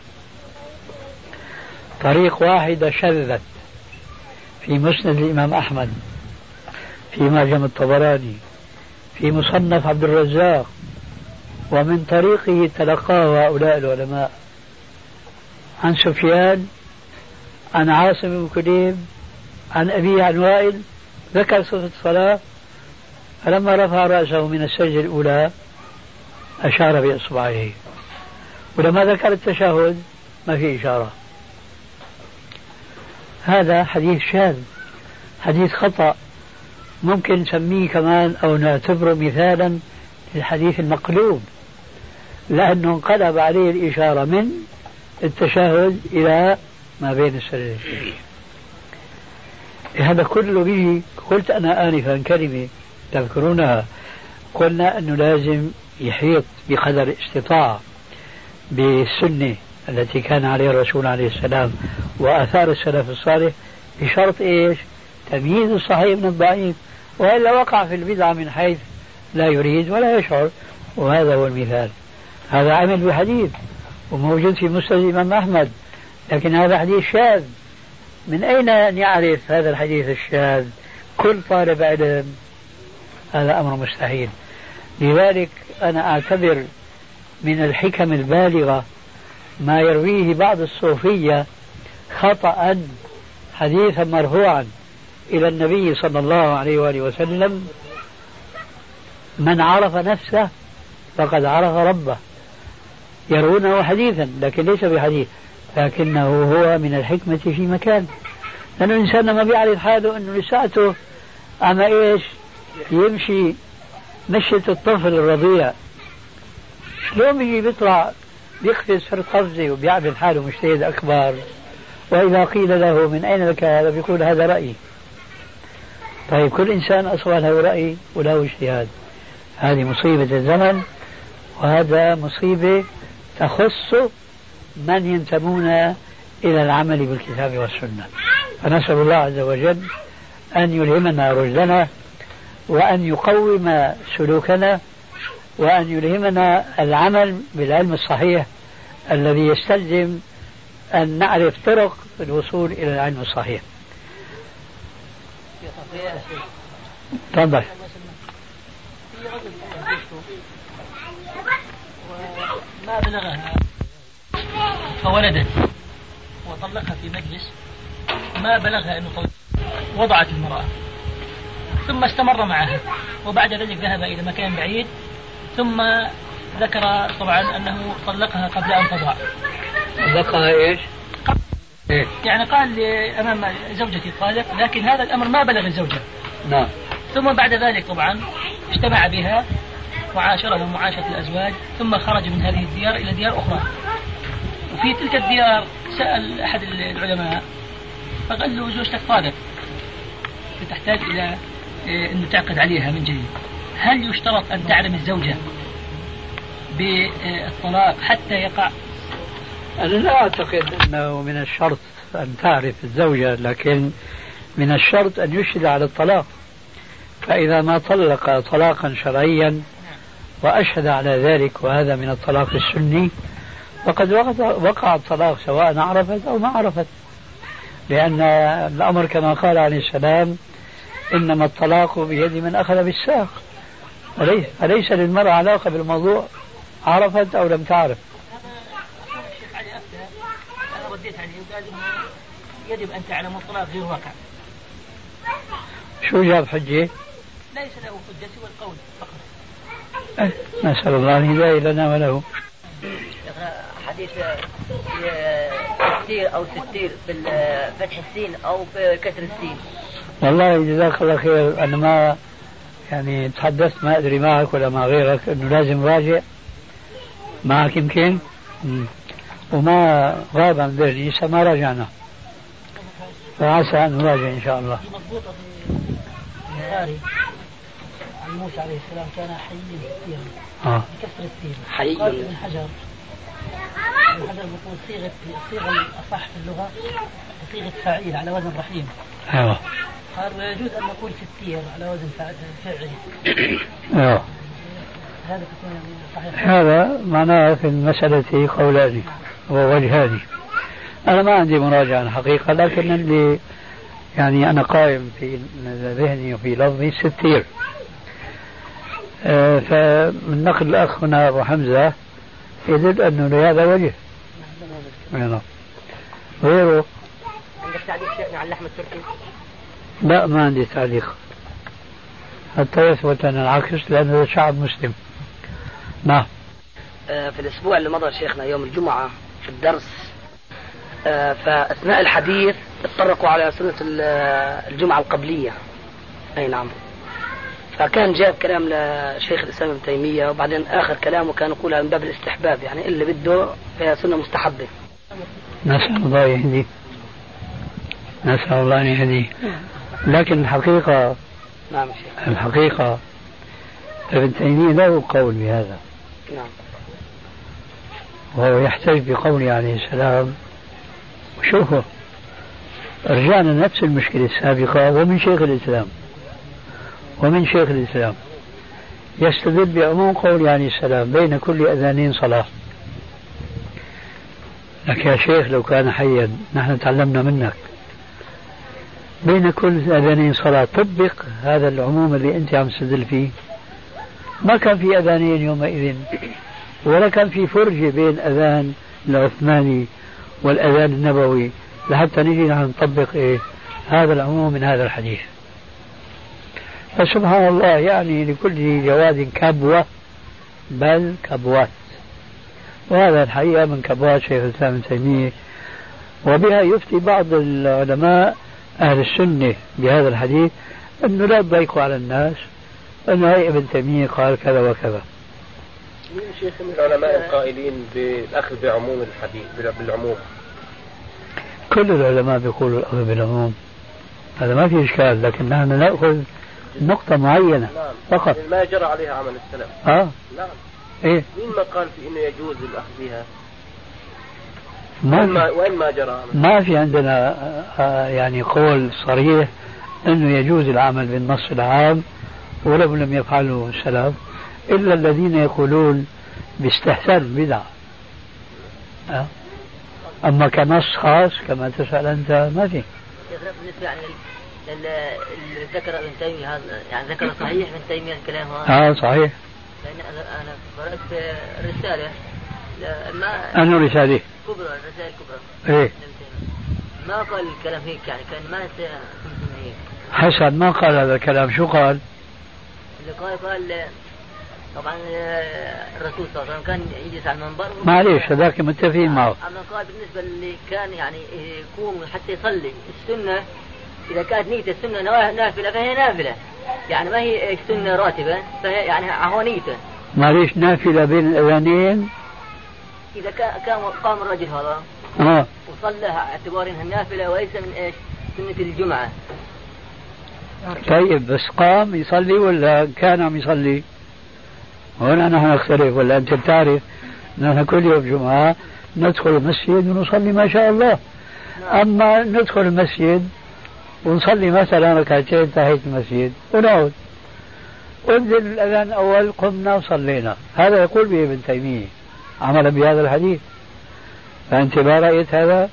طريق واحدة شذت في مسند الإمام أحمد، في معجم الطبراني، في مصنف عبد الرزاق، ومن طريقه تلقاه هؤلاء العلماء عن سفيان عن عاصم بن كليب عن أبيه عن وائل، ذكر صفة الصلاة فلما رفع رأسه من السجدة الأولى أشار بإصبعه، ولما ذكر التشهد ما في إشارة. هذا حديث شاذ، حديث خطأ، ممكن نسميه كمان أو نعتبره مثالا للحديث المقلوب، لأنه انقلب عليه الإشارة من التشهد إلى ما بين السجدتين. هذا كله به. قلت أنا آنفا كلمة تذكرونها، قلنا أنه لازم يحيط بقدر الاستطاعة بالسنة التي كان عليها الرسول عليه السلام وآثار السلف الصالح، بشرط إيش؟ تمييز الصحيح من الضعيف، وإلا وقع في البدعة من حيث لا يريد ولا يشعر. وهذا هو المثال. هذا عمل بحديث وموجود في مسند الإمام أحمد، لكن هذا حديث شاذ. من أين أن يعرف هذا الحديث الشاذ كل طالب علم؟ هذا أمر مستحيل. لذلك أنا أعتبر من الحكم البالغة ما يرويه بعض الصوفية خطأ حديثا مرفوعا إلى النبي صلى الله عليه وآله وسلم: من عرف نفسه فقد عرف ربه. يرونه حديثا لكن ليس بحديث، لكنه هو من الحكمة في مكان، لأن الإنسان لما بيعرف حاله أنه لساته أما إيش يمشي مشية الطفل الرضيع، شلون بيجي بيطلع بيقفز في القفزة وبيعمل حاله مجتهد أكبر، وإذا قيل له من أين لك هذا بيقول هذا رأيي. طيب كل إنسان أصلا له رأي وله اجتهاد. هذه مصيبة الزمن، وهذا مصيبة تخص من ينتمون إلى العمل بالكتاب والسنة. فنسأل الله عز وجل أن يلهمنا رشدنا، وأن يقوم سلوكنا، وأن يلهمنا العمل بالعلم الصحيح الذي يستلزم أن نعرف طرق الوصول إلى العلم الصحيح. تفضل. ما بلغها فولدت وطلقها في مجلس، ما بلغها أنه وضعت المرأة، ثم استمر معها، وبعد ذلك ذهب إلى مكان بعيد، ثم ذكر طبعا أنه طلقها قبل أن تضع. طلقها إيش؟ يعني قال أمام زوجتي طالق، لكن هذا الأمر ما بلغ الزوجة. نعم. ثم بعد ذلك طبعا اجتمع بها وعاشرها معاشرة الأزواج، ثم خرج من هذه الديار إلى ديار أخرى. وفي تلك الديار سأل أحد العلماء فقال له زوجتك طالق، فتحتاج إلى أن تعقد عليها من جديد. هل يشترط أن تعلم الزوجة بالطلاق حتى يقع؟ أنا لا أعتقد أنه من الشرط أن تعرف الزوجة، لكن من الشرط أن يشهد على الطلاق. فإذا ما طلق طلاقا شرعيا وأشهد على ذلك، وهذا من الطلاق السني، فقد وقع الطلاق سواء عرفت أو ما عرفت، لأن الأمر كما قال عليه السلام: إنما الطلاق بيد من أخذ بالساق. أليس للمرأة علاقة بالموضوع عرفت أو لم تعرف؟ أنا رديت عليه وقال إنه يجب أن تعلم الطلاق غير واقع. شو جاب حجة؟ ليس له حجة سوى القول فقط. نسأل الله الهداية لنا وله. حديث ستير أو ستير بفتح السين أو بكسر السين. والله جزاك الله خير. أنا ما يعني تحدثت ما أدري معك ولا مع غيرك أنه لازم راجع معك يمكن، وما غاب عن ذلك لسه ما راجعنا، فعسى أن نراجع إن شاء الله. مضبوطة في البخاري عن موسى عليه السلام كان حيا كثيرا بكسر السين. حي. قال ابن حجر بيقول صيغة الأصح في اللغة صيغة فاعل على وزن رحيم. أيوه. قال ويجوز أن نقول ستير على وزن فاعل. أيوه. هذا صحيح. هذا معناه في المسألة قولان ووجهان. أنا ما عندي مراجعة حقيقة، لكن اللي يعني أنا قائم في ذهني وفي لفظي ستير. فمن نقل الأخ هنا أبو حمزة يدل أنه لهذا وجه. غيره. عندك تعليق شيخنا على اللحم التركي؟ لا ما عندي تعليق حتى يثبت أن العكس، لأن هذا شعب مسلم. نعم. في الأسبوع اللي مضى شيخنا يوم الجمعة في الدرس، فأثناء الحديث اتطرقوا على سنة الجمعة القبلية. أي نعم. فكان جاب كلام لشيخ الإسلام ابن تيمية، وبعدين آخر كلامه كان يقولها من باب الاستحباب، يعني اللي بده فيها سنة مستحبة. نسأل الله يهديه، نسأل الله أن يهديه. لكن الحقيقة، نعم شيخ، الحقيقة ابن تيمية له قول بهذا. نعم. وهو يحتج بقوله عليه السلام. وشوفوا رجعنا نفس المشكلة السابقة، ومن شيخ الإسلام يستدل بعموم قوله عليه السلام بين كل أذانين صلاة. لك يا شيخ لو كان حيا نحن تعلمنا منك، بين كل أذانين صلاة، طبق هذا العموم اللي أنت عم تستدل فيه. ما كان في أذانين يومئذ، ولا كان في فرجة بين أذان العثماني والأذان النبوي لحتى نجي نحن نطبق هذا العموم من هذا الحديث. فسبحان الله، يعني لكل جواد كبوة، بل كبوات. وهذا الحقيقة من كبوات شيخ الإسلام ابن تيمية، وبها يفتي بعض العلماء أهل السنة بهذا الحديث أنه لا تضيقوا على الناس، أنه هي ابن تيمية قال كذا وكذا. مين شيخ من العلماء القائلين بالأخذ بعموم الحديث بالعموم؟ كل العلماء بيقولوا الأخذ بالعموم، هذا ما في إشكال، لكن نحن نأخذ نقطة معينة. نعم. فقط ما جرى عليها عمل السلف. نعم. إيه؟ مين ما قال في إنه يجوز الأخذ بها؟ وين ما جرى عمل؟ ما في عندنا يعني قول صريح أنه يجوز العمل بالنص العام ولو لم يفعله السلف، إلا الذين يقولون باستحسان بدعة. أما كنص خاص كما تسأل أنت ما في. بالنسبة يعني اللي ذكر ابن تيمية هذا، يعني ذكر صحيح ابن تيمية الكلام هذا؟ صحيح. لأن أنا قرأت رسالة، أنه رسالة كبرى، رسالة كبرى. إيه؟ ما قال الكلام هيك، يعني كان ما هيك. حسن ما قال هذا الكلام، شو قال؟ اللي قال طبعا الرسول صلى الله عليه وسلم كان يجلس على المنبر. معليش هذاك متفقين معه. أما قال بالنسبة اللي كان يعني يقوم حتى يصلي السنة، إذا كانت نيته السنة نافلة فهي نافلة، يعني ما هي السنة راتبة، فهي يعني عهونيته. معليش نافلة بين الأذانين. إذا كان قام الرجل هذا وصلى اعتبار انها نافلة وليس من ايش سنة الجمعة. طيب بس قام يصلي ولا كان عم يصلي؟ هنا نحن نختلف. ولا أنت بتعرف نحن كل يوم جمعة ندخل المسجد ونصلي ما شاء الله. أما ندخل المسجد ونصلي مثلا ركعتين تحية المسجد ونعود، أذن الأذان الأول قمنا وصلينا. هذا يقول به ابن تيمية عملا بهذا الحديث. فأنت ما رأيت هذا؟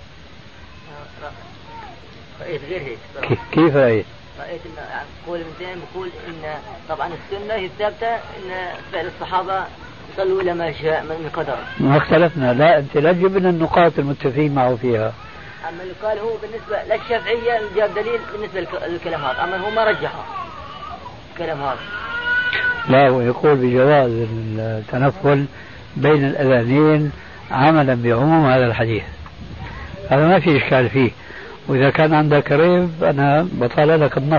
رأيت غير هيك. كيف رأيت؟ رأيت إن يعني قول ابن تيمية بيقول إن طبعا السنة هي الثابتة إن فعل الصحابة صلوا إلى ما شاء من قدر. ما اختلفنا. لا أنت لا تجيب لنا النقاط المتفقين معه فيها. أما اللي قال هو بالنسبة للشافعية جاب دليل بالنسبة للكلام هذا، أما هو ما رجحه الكلام هذا. لا ويقول بجواز التنفل بين الأذانين عملا بعموم هذا الحديث. هذا ما في إشكال فيه. وإذا كان عندك ريب أنا بطال لك النص.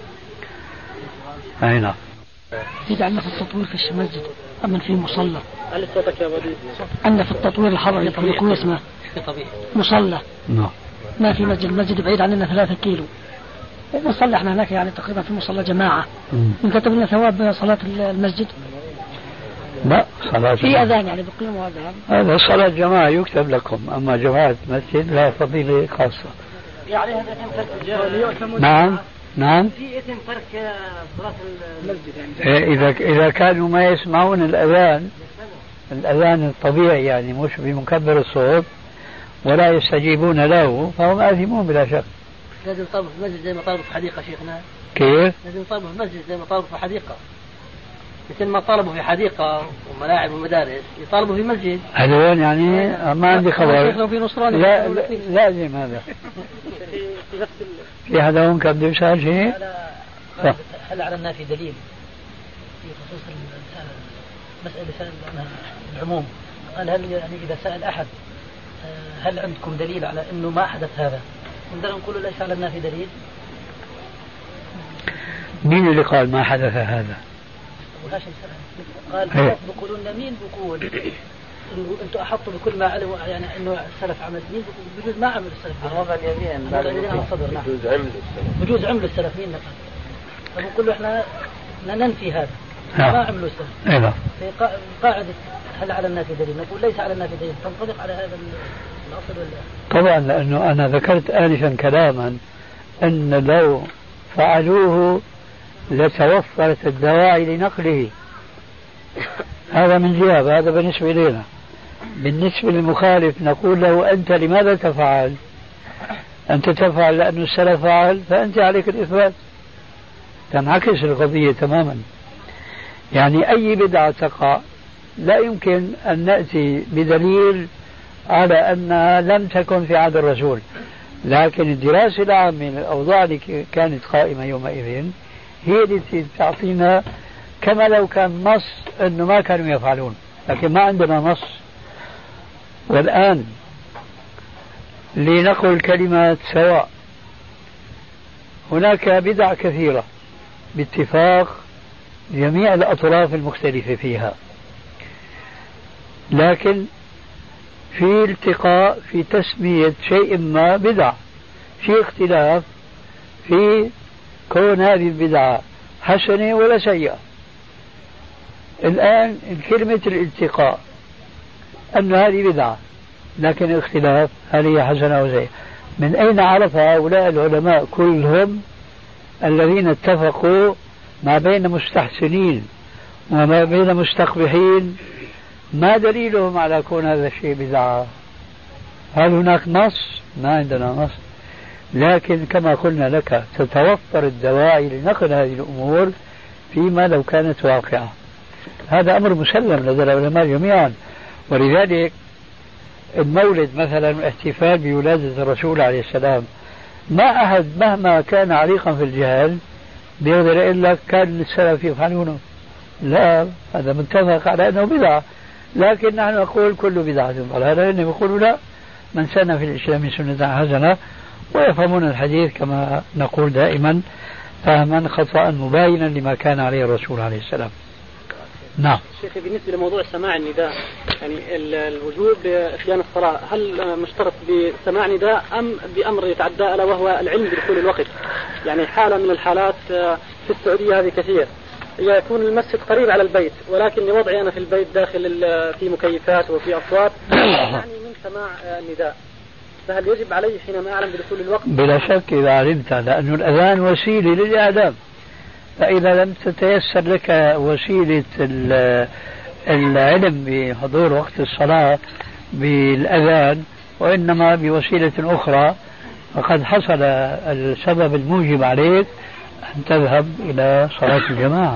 هنا عندنا في التطوير في المسجد، أما في مصلى. هل صوتك يا بديع؟ عندنا في التطوير الحضري يطلقون اسمه مصلى. ما في مسجد، المسجد بعيد عننا 3 كيلو. نصلي احنا هناك يعني تقريبا في مصلى جماعة. نكتب لنا ثواب صلاة المسجد. لا صلاة في أذان يعني بقيموا أذان. هذا صلاة جماعة يكتب لكم، أما جماعة مسجد لا فضيلة خاصة. يعني هذا فرق. نعم في اسم فرق صلاة المسجد يعني. إذا كانوا ما يسمعون الأذان الطبيعي يعني مش بمكبر الصوت ولا يستجيبون له فهم آثمون بلا شك. لازم يطالبوا في المسجد زي ما طالبوا في حديقة شيخنا. كيف؟ لازم يطالبوا في المسجد زي ما طالبوا في حديقة، مثل ما طالبوا في حديقة وملاعب ومدارس يطالبوا في مسجد. هذول يعني ما عندي خبر. في نصراني لا لازم هذا. في نفس في حدا هون كان بده يسأل شيء؟ هل على النافي دليل في خصوص مسألة سأل عنها العموم؟ قال هل يعني إذا سأل أحد هل عندكم دليل على أنه ما حدث هذا؟ نقدر نقول ليس على النافي دليل؟ مين اللي قال ما حدث هذا؟ قال بيقولون مين بيقول انتم احطوا بكل ما علموا يعني انه السلف عمل مين بجوز ما عمل السلف وضع اليمين على الصدر. نعم بجوز عملوا السلف مين نقل فبنقول له احنا ننفي هذا ما عملوا السلف. في قاعده هل على النافي دليل نقول ليس على النافي دليل تنطبق على هذا الاصل ولا؟ طبعا لانه انا ذكرت انفا كلاما ان لو فعلوه لتوفرت الدواعي لنقله. هذا من جهة، هذا بالنسبة لنا. بالنسبة للمخالف نقول له أنت لماذا تفعل؟ أنت تفعل لأن السلف فعل فأنت عليك الإثبات. تنعكس القضية تماما. يعني أي بدعة تقع لا يمكن أن نأتي بدليل على أنها لم تكن في عهد الرسول، لكن الدراسة العامة للأوضاع اللي كانت قائمة يومئذ هي التي تعطينا كما لو كان نص أنه ما كانوا يفعلون، لكن ما عندنا نص. والآن لنقل كلمات سواء، هناك بدع كثيرة باتفاق جميع الأطراف المختلفة فيها، لكن في التقاء في تسمية شيء ما بدعة، في اختلاف في كون هذه البدعة حسنة ولا سيئة. الآن كلمة الالتقاء أن هذه بدعة، لكن الاختلاف هل هي حسنة أو سيئة؟ من أين عرف هؤلاء العلماء كلهم الذين اتفقوا ما بين مستحسنين وما بين مستقبحين ما دليلهم على كون هذا الشيء بدعة؟ هل هناك نص؟ ما عندنا نص، لكن كما قلنا لك تتوفر الدواعي لنقل هذه الأمور فيما لو كانت واقعة. هذا أمر مسلم لدى العلماء جميعا. ولذلك المولد مثلا الاحتفال بولادة الرسول عليه السلام، ما أحد مهما كان عريقا في الجهل بيقدر يقول لك كان السلف يفعلونه، لا، هذا متفق على أنه بدعة، لكن نحن نقول كل بدعة ضلالة، لأنهم يقولوا لا، من سن في الإسلام سنة حسنة، ويفهمون الحديث كما نقول دائما فهما خطأ مباينا لما كان عليه الرسول عليه السلام. نعم. شيخي بالنسبة لموضوع سماع النداء، يعني الوجوب بإتيان الصلاة هل مشترط بسماع نداء أم بأمر يتعدى ألا وهو العلم بدخول الوقت؟ يعني حالة من الحالات في السعودية هذه كثير، يكون المسجد قريب على البيت ولكن لوضعي أنا في البيت داخل في مكيفات وفي أصوات يعني من سماع النداء، فهل يجب علي حينما أعلم بدخول الوقت؟ بلا شك إذا علمت، لأن الأذان وسيلة للإعلام، فإذا لم تتيسر لك وسيلة العلم بحضور وقت الصلاة بالأذان وإنما بوسيلة أخرى، فقد حصل السبب الموجب عليك أن تذهب إلى صلاة الجماعة.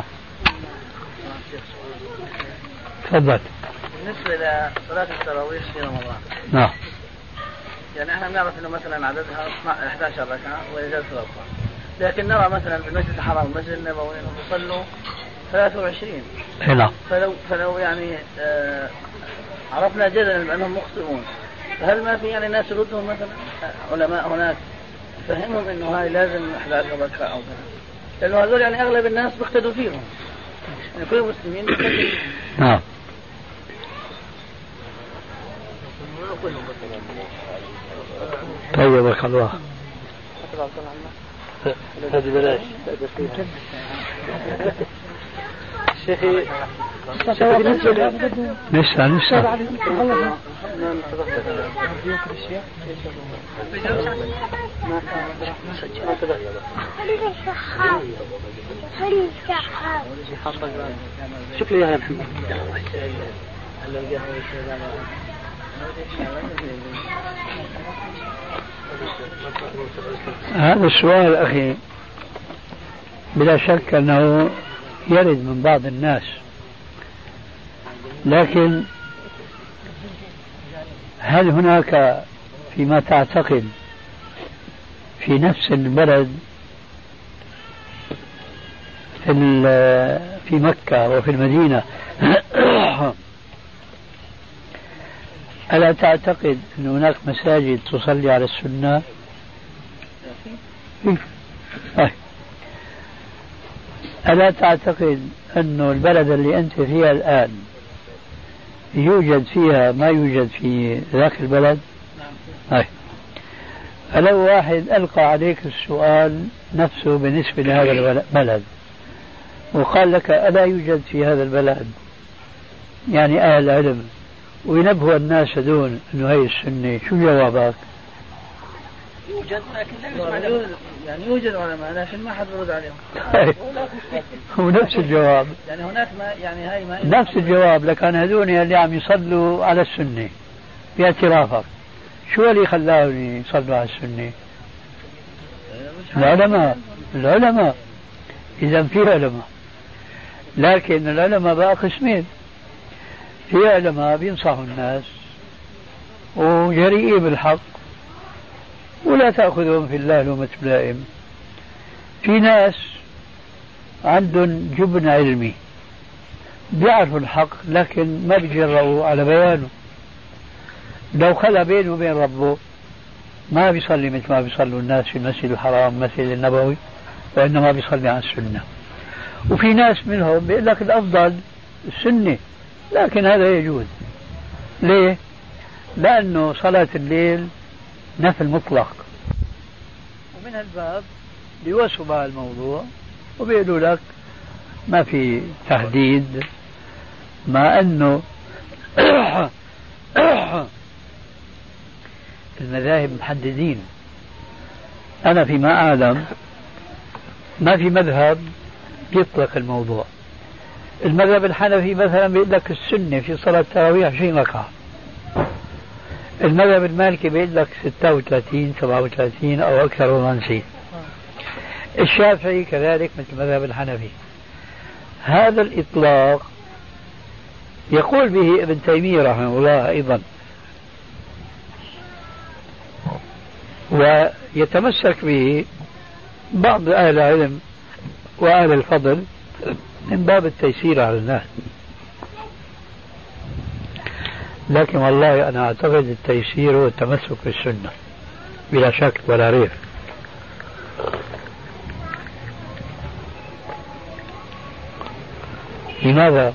تفضل. بالنسبة لصلاة التراويح في رمضان، نعم، يعني احنا نعرف انه مثلا عددها 11 ركعة وإجازة الأربعة، لكن نرى مثلا في المسجد الحرام والمسجد النبوي انهم يصلوا 23. نعم. فلو يعني عرفنا جدلا بأنهم مخطئون، فهل ما في يعني ناس يردهم مثلا علماء هناك فهمهم انه هاي لازم 11 ركعة او كذا، لانه هذول يعني اغلب الناس بيقتدوا فيهم، يعني كل المسلمين بيقتدوا فيهم. نعم. طيبك الله. هذه بلاش شيخي. لسه شوف لي يا محمد. هذا السؤال أخي بلا شك أنه يرد من بعض الناس، لكن هل هناك فيما تعتقد في نفس البلد في مكة وفي المدينة ألا تعتقد أن هناك مساجد تصلي على السنة؟ ألا تعتقد أن البلد اللي أنت فيها الآن يوجد فيها ما يوجد في ذاك البلد؟ فلو واحد ألقى عليك السؤال نفسه بالنسبة لهذا البلد وقال لك ألا يوجد في هذا البلد يعني أهل علم وينبهوا الناس دون أنه هي السنة، شو جوابك؟ يوجد لكن لا يسمع يعني يوجد علماء لكن ما حد يرد عليهم. هو نفس الجواب. يعني هناك ما يعني هاي ما نفس الجواب، لكن هذول اللي عم يصلوا على السنة باعترافك شو اللي خلاهم يصلوا على السنة؟ العلماء إذا في علماء، لكن العلماء بقى قسمين، في علماء بينصحوا الناس وجريئين بالحق ولا تأخذهم في الله لومة لائم، في ناس عندهم جبن علمي بيعرفوا الحق لكن ما بيجرؤوا على بيانه، لو خلى بينه وبين ربه ما بيصلي مثل ما بيصلوا الناس في المسجد الحرام المسجد النبوي، وإنما بيصلي على السنة. وفي ناس منهم بيقول لك الأفضل السنة، لكن هذا يجوز. ليه؟ لأنه صلاة الليل نفل مطلق، ومن هالباب بيوسوا بها الموضوع وبيقولوا لك ما في تهديد، مع أنه المذاهب محددين. أنا فيما أعلم ما في مذهب يطلق الموضوع. المذهب الحنفي مثلا بيقول لك السنة في صلاة التراويح 20 ركعة، المذهب المالكي بيقول لك 36 37 أو أكثر وما نسيت، الشافعي كذلك مثل المذهب الحنفي. هذا الإطلاق يقول به ابن تيمية رحمه الله أيضا، ويتمسك به بعض أهل العلم وأهل الفضل من باب التيسير على الناس. لكن والله أنا أعتقد التيسير والتمسك بالسنة بلا شك ولا ريب. لماذا؟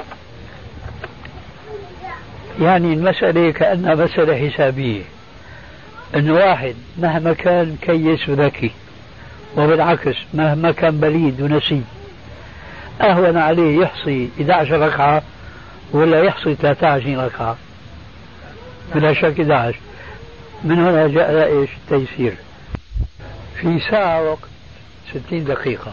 يعني المسألة كأنها مسألة حسابية، أن واحد مهما كان كيس وذكي، وبالعكس مهما كان بليد ونسي، أهون عليه يحصي 11 ركعة ولا يحصي 23 ركعة؟ بلا شك 11. من هنا جاء إيش التيسير. في ساعة وقت 60 دقيقة،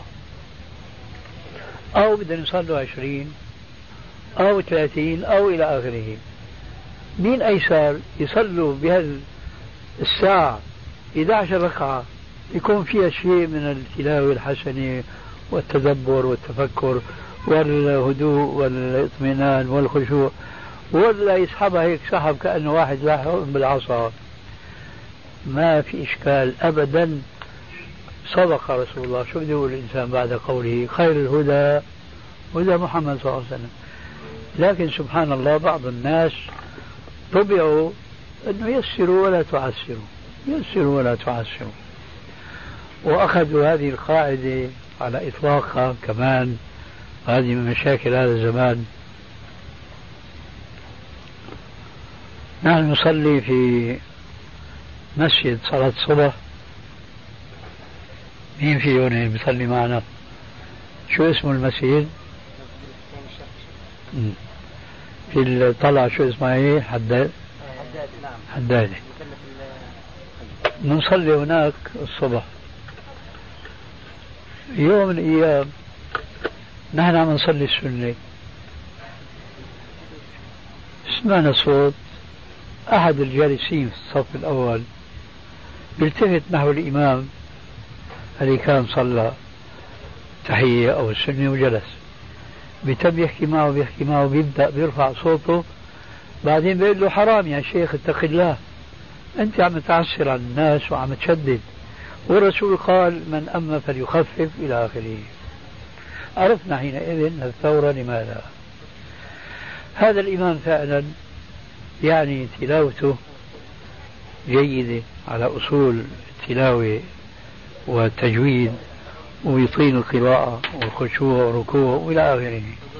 أو بدنا نصلوا 20 أو 30 أو إلى آخره، مين أيسر يصلوا بهذا الساعة 11 ركعة يكون فيها شيء من التلاوة الحسنة والتدبر والتفكر والهدوء والاطمئنان والخشوع، ولا يسحبها هيك سحب كأنه واحد لاحق بالعصا؟ ما في إشكال أبدا. صدق رسول الله. شو بده يقول الإنسان بعد قوله خير الهدى هدى محمد صلى الله عليه وسلم؟ لكن سبحان الله بعض الناس طبعوا أنه يسروا ولا تعسروا، يسروا ولا تعسروا، وأخذوا هذه القاعدة على إطلاقها كمان. هذه من مشاكل هذا الزمان. نحن نصلي في مسجد صلاة الصبح، مين في هون بيصلي معنا؟ شو اسمه المسجد؟ في الطلعة شو اسمها ايه؟ حدادي. نصلي هناك الصبح. يوم من الأيام نحن عم نصلي السنة، سمعنا صوت أحد الجالسين في الصف الأول بيلتفت نحو الإمام اللي كان صلى تحية أو السنة وجلس، بيتم يحكي معه بيبدأ بيرفع صوته، بعدين بيقول له حرام يا شيخ اتق الله، أنت عم تعسر على الناس وعم تشدد، والرسول قال من أما فليخفف إلى آخره. عرفنا حينئذ الثورة لماذا. هذا الإمام فعلا يعني تلاوته جيدة على أصول التلاوة والتجويد، ويطيل القراءة والخشوع والركوع وإلى آخره.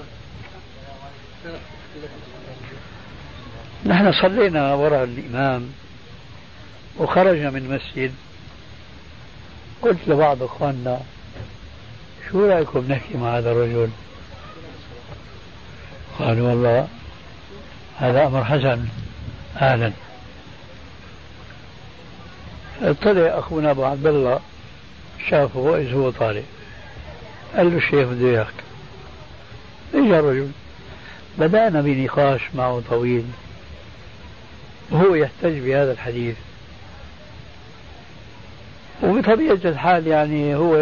نحن صلينا وراء الإمام وخرجنا من المسجد، قلت لبعض أخواننا شو رأيكم نحكي مع هذا الرجل؟ قالوا والله هذا أمر حسن أهلا. طلع أخونا أبو عبد الله شافه وإذ هو طالع، قال له الشيخ بده إياك. إجا الرجل، بدأنا بنقاش معه طويل وهو يحتج بهذا الحديث، وبطبيعة الحال يعني هو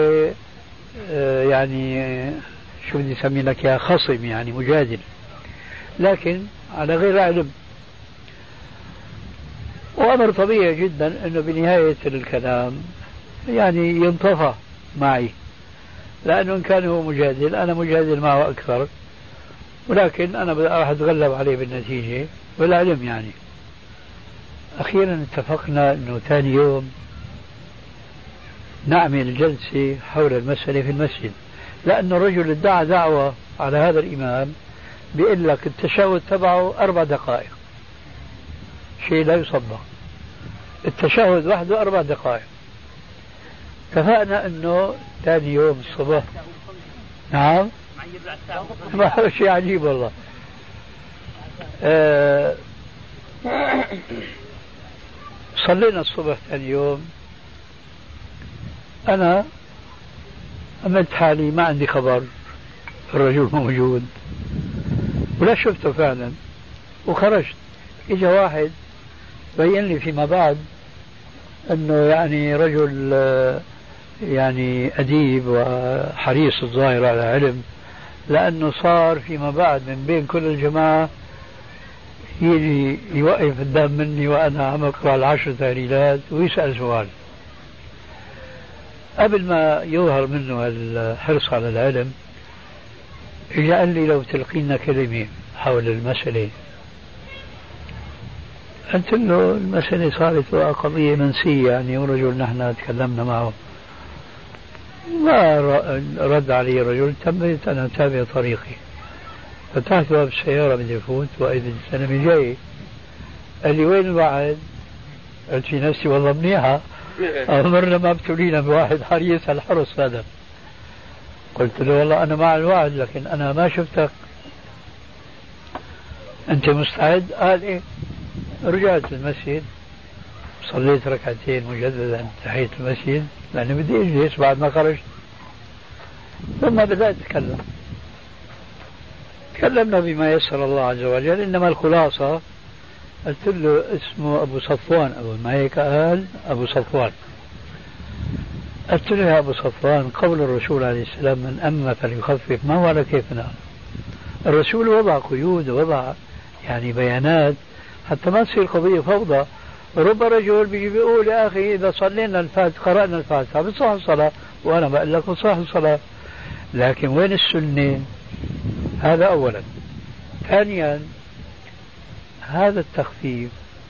يعني شو بدي أسمي لك يا خصم، يعني مجادل، لكن على غير علم. وأمر طبيعي جدا أنه بنهاية الكلام يعني ينطفى معي، لأنه إن كان هو مجادل أنا مجادل معه أكثر، ولكن أنا راح أتغلب عليه بالنتيجة والعلم. يعني أخيرا اتفقنا أنه ثاني يوم نعمل جلسة حول المسألة في المسجد، لأن الرجل ادعى دعوة على هذا الإمام بيقول لك التشهد تبعه 4 دقائق، شيء لا يصدق. التشهد وحده 4 دقائق. اتفقنا انه ثاني يوم الصبح. نعم ما شيء عجيب والله. صلينا الصبح ثاني يوم، انا عملت حالي ما عندي خبر الرجل موجود ولا شفته فعلا، وخرجت. اجا واحد بين لي فيما بعد انه يعني رجل يعني أديب وحريص الظاهر على علم، لأنه صار فيما بعد من بين كل الجماعة يجي يوقف قدام مني وأنا عم أقرأ 10 تهليلات ويسأل سؤال. قبل ما يظهر منه الحرص على العلم إجا قال لي لو تلقينا كلمة حول المسألة. قلت له المسألة صارت قضية منسية يعني، ورجل نحن تكلمنا معه ما رد علي الرجل. تميت أنا أتابع طريقي، فتحت باب السيارة بدي أفوت وإذا الزلمة جاي قال لي وين الوعد؟ قلت في نفسي والله منيحة، أمرنا ما ابتلينا بواحد حريص الحرص هذا. قلت له والله أنا مع الوعد لكن أنا ما شفتك، أنت مستعد؟ قال إيه. رجعت المسجد صليت ركعتين مجددا تحية المسجد لأني بدي أجلس بعد ما خرجت، ثم بدأت أتكلم. تكلمنا بما يسر الله عز وجل، إنما الخلاصة قلت له اسمه أبو صفوان، أبو ما هيك قال أبو صفوان. قلت له يا أبو صفوان قول الرسول عليه السلام من أما فليخفف ما هو على كيفنا. الرسول وضع قيود ووضع يعني بيانات حتى ما تصير قضية فوضى. رب رجل بيجي بيقول يا أخي إذا صلينا الفاتحة قرأنا الفاتحة بتصح الصلاة، وأنا بقول لك بتصح الصلاة، لكن وين السنة؟ هذا أولا. ثانيا هذا التخفيف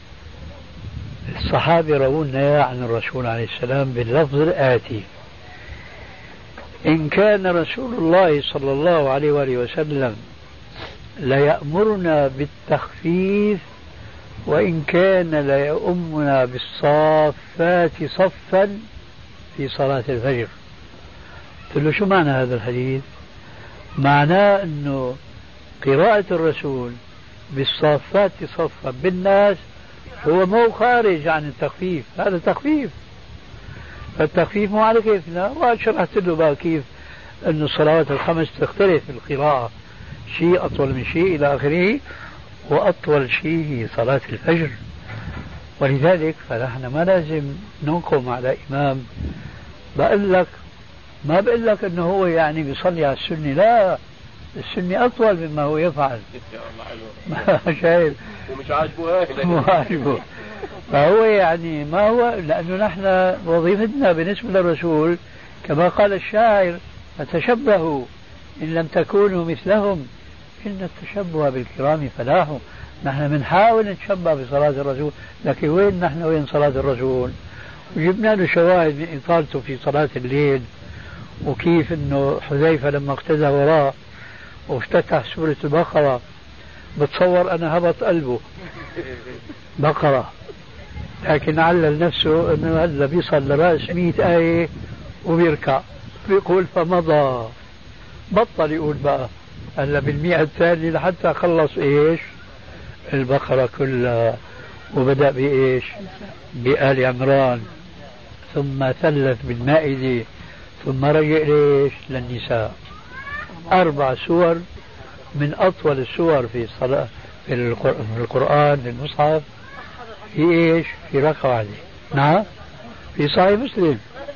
الصحابة روونا عن الرسول عليه السلام باللفظ الآتي: إن كان رسول الله صلى الله عليه وآله وسلم ليأمرنا بالتخفيف وإن كان ليؤمنا بالصافات صفا في صلاة الفجر. قلت له شو معنى هذا الحديث؟ معناه أنه قراءة الرسول بالصافات صفا بالناس هو مو خارج عن التخفيف، هذا تخفيف. فالتخفيف مو على كيفنا، وشرحت له بقى كيف أن الصلوات الخمس تختلف في القراءة، شيء أطول من شيء إلى آخره، وأطول شيء هي صلاة الفجر. ولذلك فنحن ما لازم ننقم على إمام بقول لك، ما بقول لك أنه هو يعني بيصلي على السنة، لا، السنة أطول مما هو يفعل. شايف؟ ومش عاجبه هيك. مو عاجبه. فهو يعني ما هو، لأنه نحن وظيفتنا بالنسبة للرسول كما قال الشاعر: فتشبهوا إن لم تكونوا مثلهم إن التشبه بالكرام فلاح. نحن بنحاول نتشبه بصلاة الرسول، لكن وين نحن وين صلاة الرسول؟ وجبنا له شواهد من إطالته في صلاة الليل، وكيف أنه حذيفة لما اقتدى وراه وافتتح سورة البقرة بتصور أنا هبط قلبه بقرة، لكن علل نفسه أنه هذا بيصل لرأس 100 آية وبيركع، بيقول فمضى، بطل يقول بقى هلا بالمئة الثانية لحتى خلص إيش البقرة كلها، وبدأ بإيش بآل عمران، ثم ثلث بالمائدة، ثم رجع ليش للنساء. 4 سور من أطول السور في الصلاة في القرآن المصحف في إيش في ركعة واحدة. نعم في صحيح مسلم.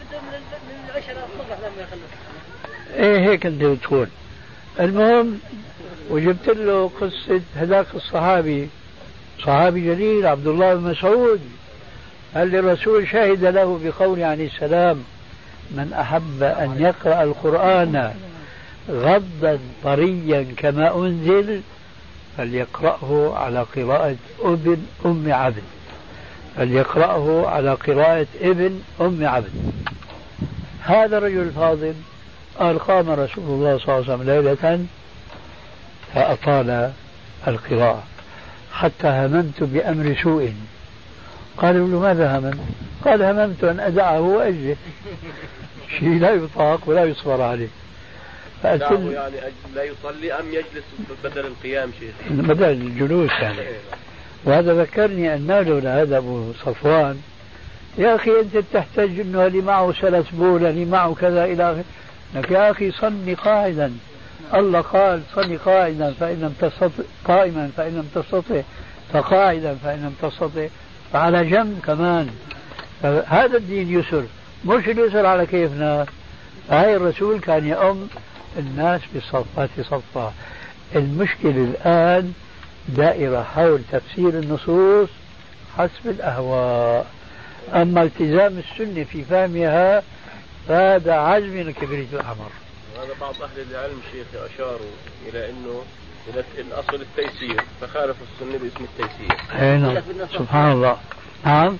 إيه هيك أنت بتقول. المهم وجبت له قصة هذاك الصحابي، صحابي جليل عبد الله بن مسعود، هل الرسول شهد له بقول عليه السلام: من أحب أن يقرأ القرآن غضا طريا كما أنزل فليقرأه على قراءة ابن أم عبد، فليقرأه على قراءة ابن أم عبد. هذا الرجل الفاضل قال: قام رسول الله صلى الله عليه وسلم ليلة فأطال القراءة حتى هممت بأمر سوء. قالوا له: ماذا هممت؟ قال: هممت أن أدعه وأجلس، شيء لا يطاق ولا يصبر عليه. يعني لا يصلي أم يجلس بدل القيام شيء؟ بدل الجلوس يعني. وهذا ذكرني أن لولا هذا أبو صفوان: يا أخي أنت تحتاج أنه اللي معه سلسبول اللي معه كذا إلى آخره، لك يا أخي صلي قاعدا، الله قال صلي قاعدا فإن لم تستطع، قائما فإن لم تستطع، فقاعدا فإن لم تستطع، فعلى جنب كمان. هذا الدين يسر، مش اليسر على كيفنا. هاي الرسول كان يؤم الناس بالصفات صفا. المشكلة الآن دائرة حول تفسير النصوص حسب الأهواء، أما التزام السنة في فهمها فهذا عزم من كبريت الأمر. وهذا بعض أهل العلم شيخ أشاروا إلى أنه الأصل التيسير، فخالف السنة باسم التيسير. نعم سبحان الله. نعم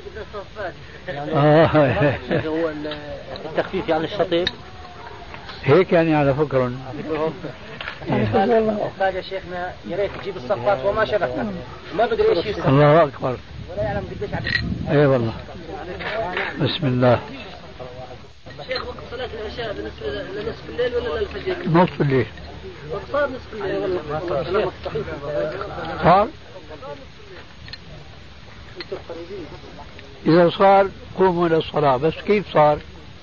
هو التخفيف يعني الشطيب هيك يعني على فكرة. قال يا شيخنا يا ريت تجيب الصفات وما شبهنا، ما بدري ايش يصير. الله أكبر. ولا يعلم قديش عدد. اي والله. بسم الله. شيخ وقت صلاة العشاء بالنسبة لنصف الليل ولا للفجر؟ نصف الليل. صار نصف الليل والله. صار؟ إذا صار قوموا إلى الصلاة، بس كيف صار؟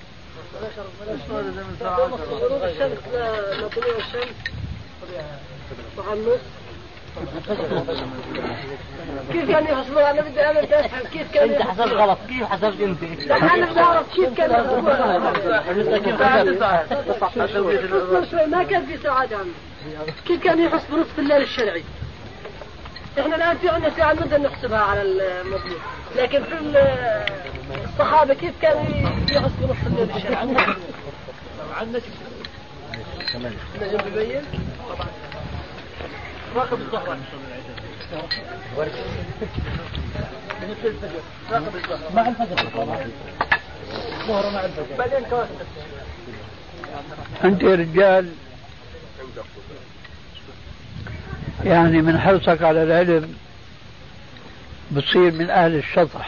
غروب الشمس لطلوع الشمس طبعا النص. كيف كان يحسبوا؟ أنا بدي أفهم كيف كان. أنت حسبت غلط. كيف حسبت أنت؟ أنا بدي أعرف كيف كان يحسبوا. ما كان في ساعات عم. كيف كان يحسبوا نصف الليل الشرعي؟ إحنا الآن في عندنا ساعة نقدر نحسبها على المظلوم، لكن في الصحابة كيف كانوا يحسبوا نصف الليل الشرعي؟ عندك نجم ببين راقب الظهر راقب الظهر مع الفجر، الظهر مع الفجر، بعدين كواكب. أنت يا رجال يعني من حرصك على العلم بتصير من أهل الشطح.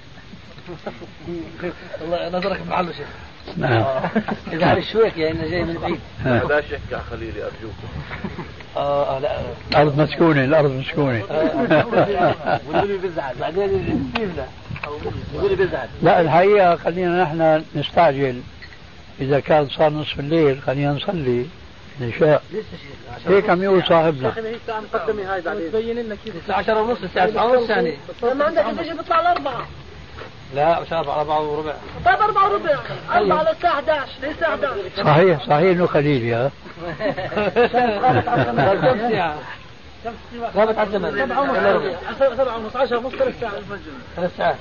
الله نظرك بمحله شيخ. نعم. إذا على الشويك يعني جاي من بعيد. لا شك خليلي أرجوكم. لا الأرض مسكونة، الأرض مسكونة. والنبي بيزعل بعدين يسيبنا والنبي بيزعل. لا الحقيقة خلينا نحن نستعجل، إذا كان صار نصف الليل خلينا نصلي العشاء. هيك عم يقول صاحبنا. الساعة مقدمة هاي بعدين. تبين لنا كيف الساعة 10:30 الساعة 9:30 ثانية. ما عندك تجي بيطلع الأربعة. لا مش 4:15. طيب 4:15 4 للساعة 11 للساعة 11. صحيح انه خليل يا غابت على الزمن 7:15 ونص 3 ساعات الفجر. 3 ساعات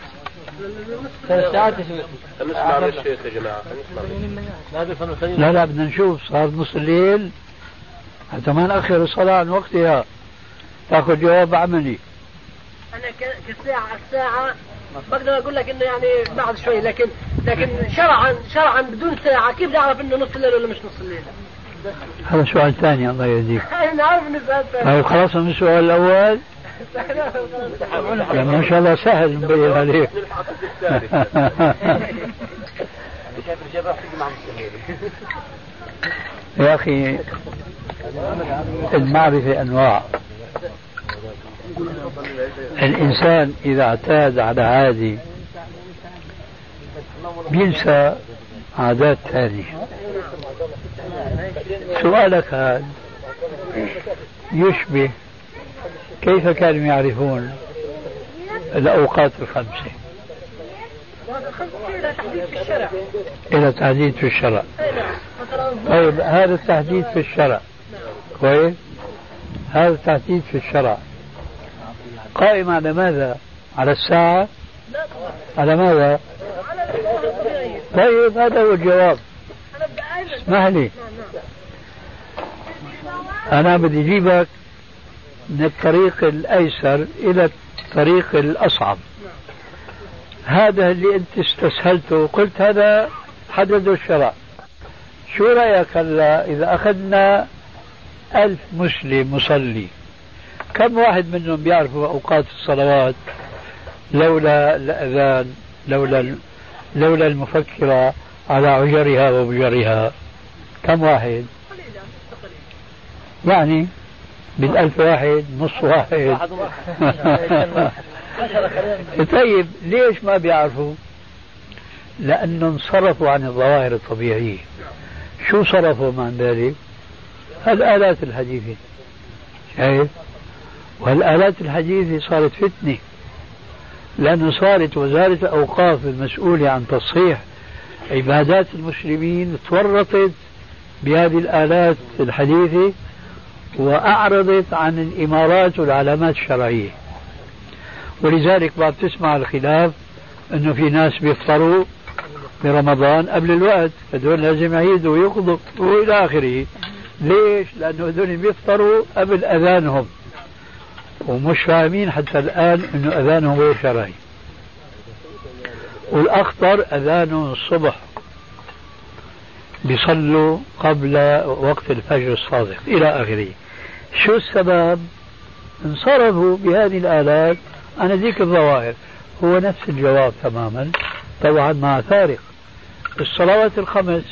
3 ساعات يا شيخ. نسمع من الشيخ يا جماعة. لا بدنا نشوف صار نص الليل حتى ما نأخر الصلاة عن وقتها تأخذ جواب عملي. أنا الساعة بقدر أقول لك إنه يعني بعد شوي لكن شرعا بدون ساعة كيف نعرف إنه نص الليل ولا مش نص الليل؟ هذا سؤال ثاني الله يهديك. نعرف إنه سؤال ثاني. طيب خلاص من السؤال الأول. يعني ما شاء الله سهل نبين عليك. يا أخي المعرفة أنواع. الإنسان إذا اعتاد على عادي بينسى عادات ثانية. سؤالك هذا يشبه كيف كانوا يعرفون الأوقات الخمسة إلى تحديد في الشرع. طيب هذا التحديد في الشرع كويس. هذا التحديد في الشرع قائم على ماذا؟ على الساعة؟ على ماذا؟ طيب هذا هو الجواب. اسمح لي أنا بدي أجيبك من الطريق الأيسر إلى الطريق الأصعب. هذا اللي أنت استسهلته وقلت هذا حدده الشرع. شو رأيك هلا إذا أخذنا 1000 مسلم مصلي كم واحد منهم بيعرفوا أوقات الصلوات لولا الأذان لولا المفكرة على عجرها وبجرها؟ كم واحد؟ يعني بال1000 واحد نص واحد. طيب ليش ما بيعرفوا؟ لأنه انصرفوا عن الظواهر الطبيعية. شو صرفوا عن ذلك؟ الآلات الحديثة. شايف؟ والآلات الحديثة صارت فتنة، لأنه صارت وزارة الأوقاف المسؤولة عن تصحيح عبادات المسلمين تورطت بهذه الآلات الحديثة وأعرضت عن الإمارات والعلامات الشرعية. ولذلك بعد تسمع الخلاف أنه في ناس بيفطروا برمضان قبل الوقت، هذول لازم يعيدوا ويقضوا وإلى آخره. ليش؟ لأنه هذول بيفطروا قبل أذانهم ومش فاهمين حتى الآن أنه أذانهم غير شرعي. والأخطر أذانهم الصبح بيصلوا قبل وقت الفجر الصادق إلى آخره. شو السبب؟ انصرفوا بهذه الآلات عن ذيك الظواهر. هو نفس الجواب تماما، طبعا مع فارق. الصلوات الخمس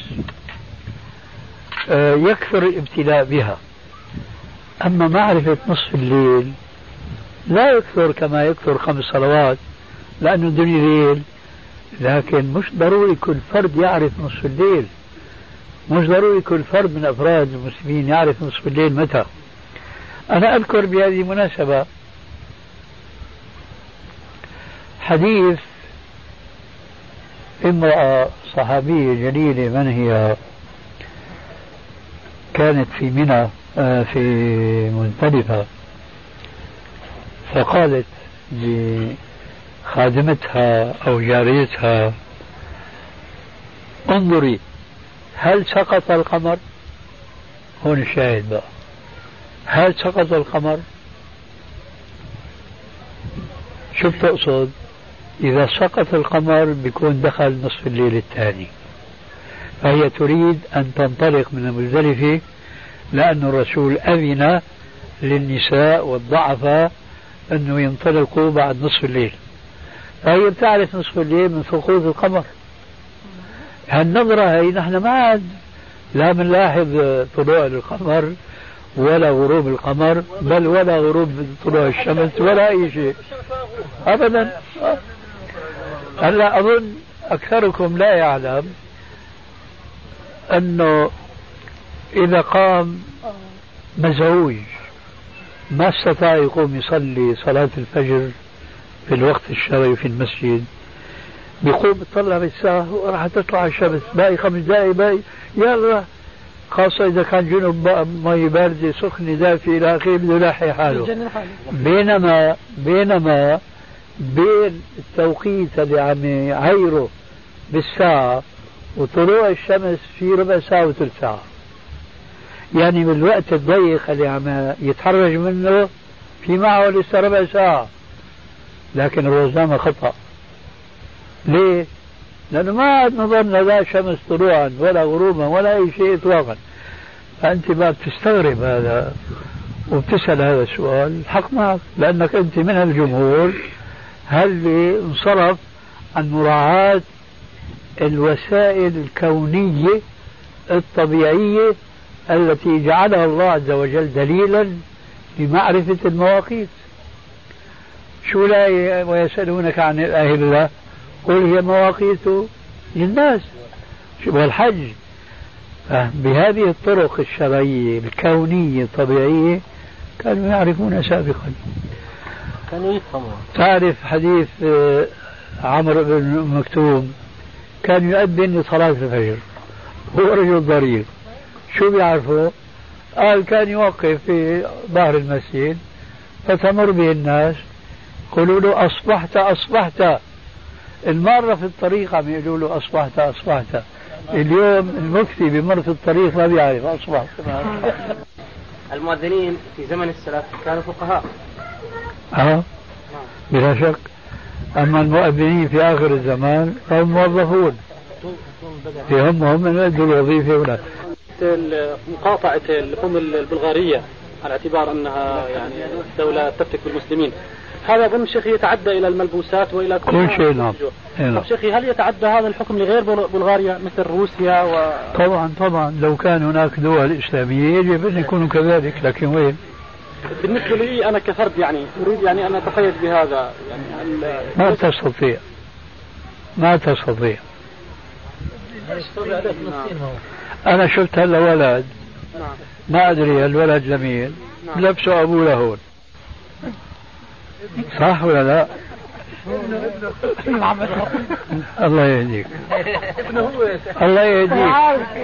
يكثر الابتلاء بها، أما معرفة نصف الليل لا يكثر كما يكثر 5 صلوات، لأنه الدنيا ليل. لكن مش ضروري كل فرد يعرف نصف الليل، مش ضروري كل فرد من أفراد المسلمين يعرف نصف الليل متى. أنا أذكر بهذه المناسبة حديث امرأة صحابية جليلة، من هي؟ كانت في منى في مزدلفة، فقالت لخادمتها أو جاريتها: انظري هل سقط القمر؟ هون الشاهد بقى، هل سقط القمر؟ شو بتقصد؟ إذا سقط القمر بيكون دخل نصف الليل الثاني. فهي تريد أن تنطلق من المزدلفة، لأن الرسول أذن للنساء والضعفاء أنه ينطلقوا بعد نصف الليل، فهي بتعرف نصف الليل من سقوط القمر. هالنظرة هي نحن ما عاد لا بنلاحظ طلوع القمر ولا غروب القمر، بل ولا غروب طلوع الشمس ولا أي شيء أبدا. هلا أظن أكثركم لا يعلم أنه إذا قام مزعوج ما استطاع يقوم يصلي صلاة الفجر في الوقت الشرعي في المسجد، بيقوم يطلع بالساعة راح تطلع الشمس، باقي 5 دقائق، باقي يلا خاصة إذا كان جنب مي باردة سخنة دافئة إلى آخره بده يلاحي حاله. بينما بين التوقيت اللي عم يعيره بالساعة وطلوع الشمس في ربع ساعة وثلث ساعة، يعني بالوقت الضيق اللي عم يتحرج منه في معه لسه ربع ساعة، لكن الروزنامة خطأ. ليه؟ لأنه ما عاد نظرنا لا شمس طلوعا ولا غروبا ولا أي شيء إطلاقا. فأنت ما بتستغرب هذا وبتسأل هذا السؤال، الحق معك، لأنك أنت من الجمهور هل انصرف عن مراعاة الوسائل الكونية الطبيعية التي جعلها الله عز وجل دليلا لمعرفة المواقيت. شو الآية ويسألونك عن الأهلة قل هي مواقيت للناس والحج. بهذه الطرق الشرعية الكونية الطبيعية كانوا يعرفون سابقا. كانوا يفهمون. تعرف حديث عمرو بن مكتوم كان يؤذن لصلاة الفجر، هو رجل ضرير، شو بيعرفه؟ قال كان يوقف في ظهر المسجد فتمر به الناس يقولوا له أصبحت أصبحت، المارة في الطريق عم يقولوا له أصبحت أصبحت. اليوم المفتي بمر في الطريق ما بيعرف أصبحت. المؤذنين في زمن السلف كانوا فقهاء. بلا شك. أما المؤذنين في آخر الزمان فهم موظفون، هم من يؤدوا الوظيفة هناك. مقاطعة اللحوم البلغارية على اعتبار أنها يعني دولة تفتك بالمسلمين، هذا أظن شيخي يتعدى إلى الملبوسات وإلى كل شيء. نعم. طب شيخي هل يتعدى هذا الحكم لغير بلغاريا مثل روسيا طبعا لو كان هناك دول إسلامية يجب أن يكونوا كذلك، لكن وين؟ بالنسبة لي أنا كفرد يعني أريد يعني أن أتقيد بهذا يعني ما تستطيع. أنا شفت هلا ولد ما أدري الولد جميل لبسه أبوه لهون، صح ولا لا؟ الله يهديك الله يهديك.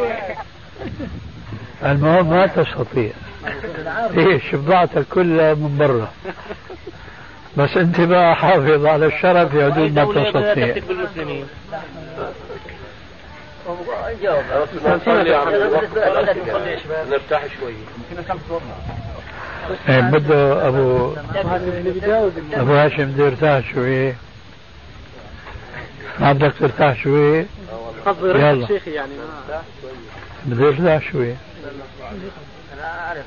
المهم ما تستطيع، ايش بضاعتك كلها من برا، بس انت بقى حافظ على الشرف في حدود ما تستطيع. نرتاح شوي. بده ابو هاشم بده يرتاح شوي. ما بدك ترتاح شوي؟ يلا شيخي يعني بده يرتاح شوي. انا اعرف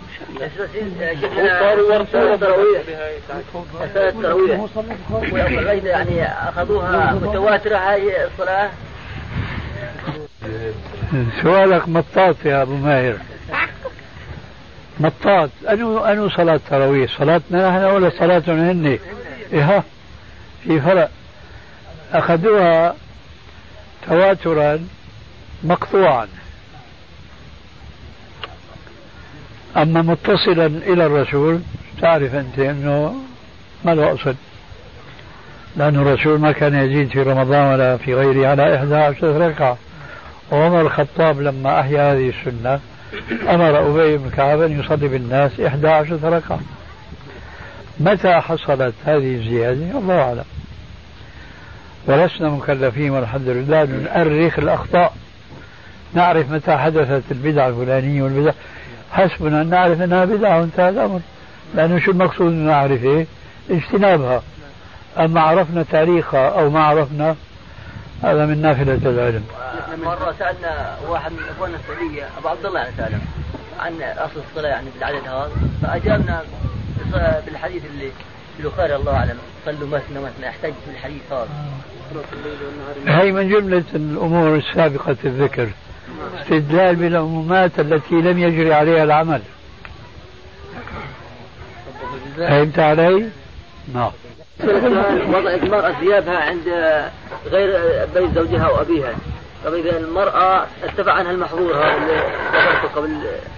التراويح يعني اخذوها متواتره هاي الصلاه. سؤالك مطاط يا ابو ماهر، مطاط. انو صلاة تراويح؟ صلاتنا نحن ولا صلاتهم هن؟ إيه في فرق. اخذوها تواترا مقطوعا، اما متصلا الى الرسول تعرف انت انه ما له اصل، لأن الرسول ما كان يزيد في رمضان ولا في غيره على 11 ركعة. وعمر الخطاب لما أحيا هذه السنة أمر أبي بن كعب أن يصلي بالناس 11 ركعة. متى حصلت هذه الزيادة الله أعلم، ولسنا مكلفين والحمد لله نؤرخ الأخطاء، نعرف متى حدثت البدعة الفلانية والبدعة، حسبنا أن نعرف أنها بدعة وانتهى الأمر. لأنه شو المقصود أن نعرف إيه؟ اجتنابها. أما عرفنا تاريخها أو ما عرفنا هذا من نافلة العلم. مرة سألنا واحد من أخواننا السعودية أبو عبد الله يعني سأله عن أصل الصلاة يعني بالعدد هذا، فأجابنا بالحديث اللي في البخاري الله أعلم صلوا مثنى يحتاج بالحديث هذا. هي من جملة الأمور السابقة الذكر، استدلال بالعمومات التي لم يجري عليها العمل. فهمت علي؟ نعم. وضع المرأة ثيابها عند غير بيت زوجها وأبيها، طب إذا المرأة ارتفع عنها المحظور هذا اللي ذكرته قبل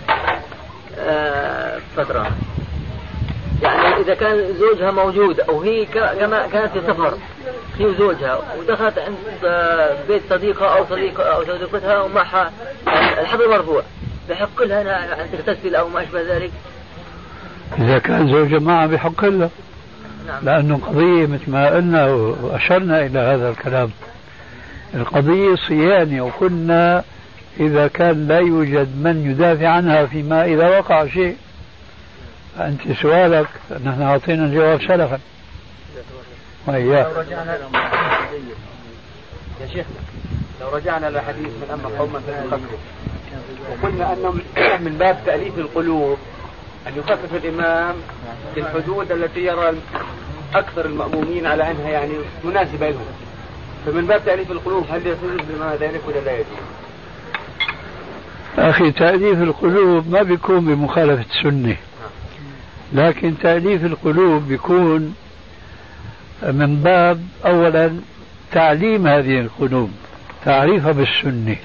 فترة، يعني إذا كان زوجها موجود أو هي كما كانت في سفر هي وزوجها ودخلت عند بيت صديقة أو صديقتها ومعها الحظر مرفوع، بحق لها أن تغتسل أو ما أشبه ذلك؟ إذا كان زوجة معها بحق لها. نعم. لأنه قضية مثل ما قلنا وأشرنا إلى هذا الكلام، القضية صيانة، وكنا إذا كان لا يوجد من يدافع عنها فيما إذا وقع شيء. أنت سؤالك نحن أعطينا الجواب سلفا وإياه. يا شيخ لو رجعنا لحديث من أما قوما فيخفف، وقلنا أنه من باب تأليف القلوب أن يخفف الإمام في الحدود التي يرى أكثر المأمومين على أنها يعني مناسبة لهم، فمن باب تأليف القلوب هل يجوز بما ذلك ولا لا يجوز؟ أخي تأليف القلوب ما بيكون بمخالفة السنة، لكن تأليف القلوب بيكون من باب أولا تعليم هذه القلوب، تعريفها بالسنة،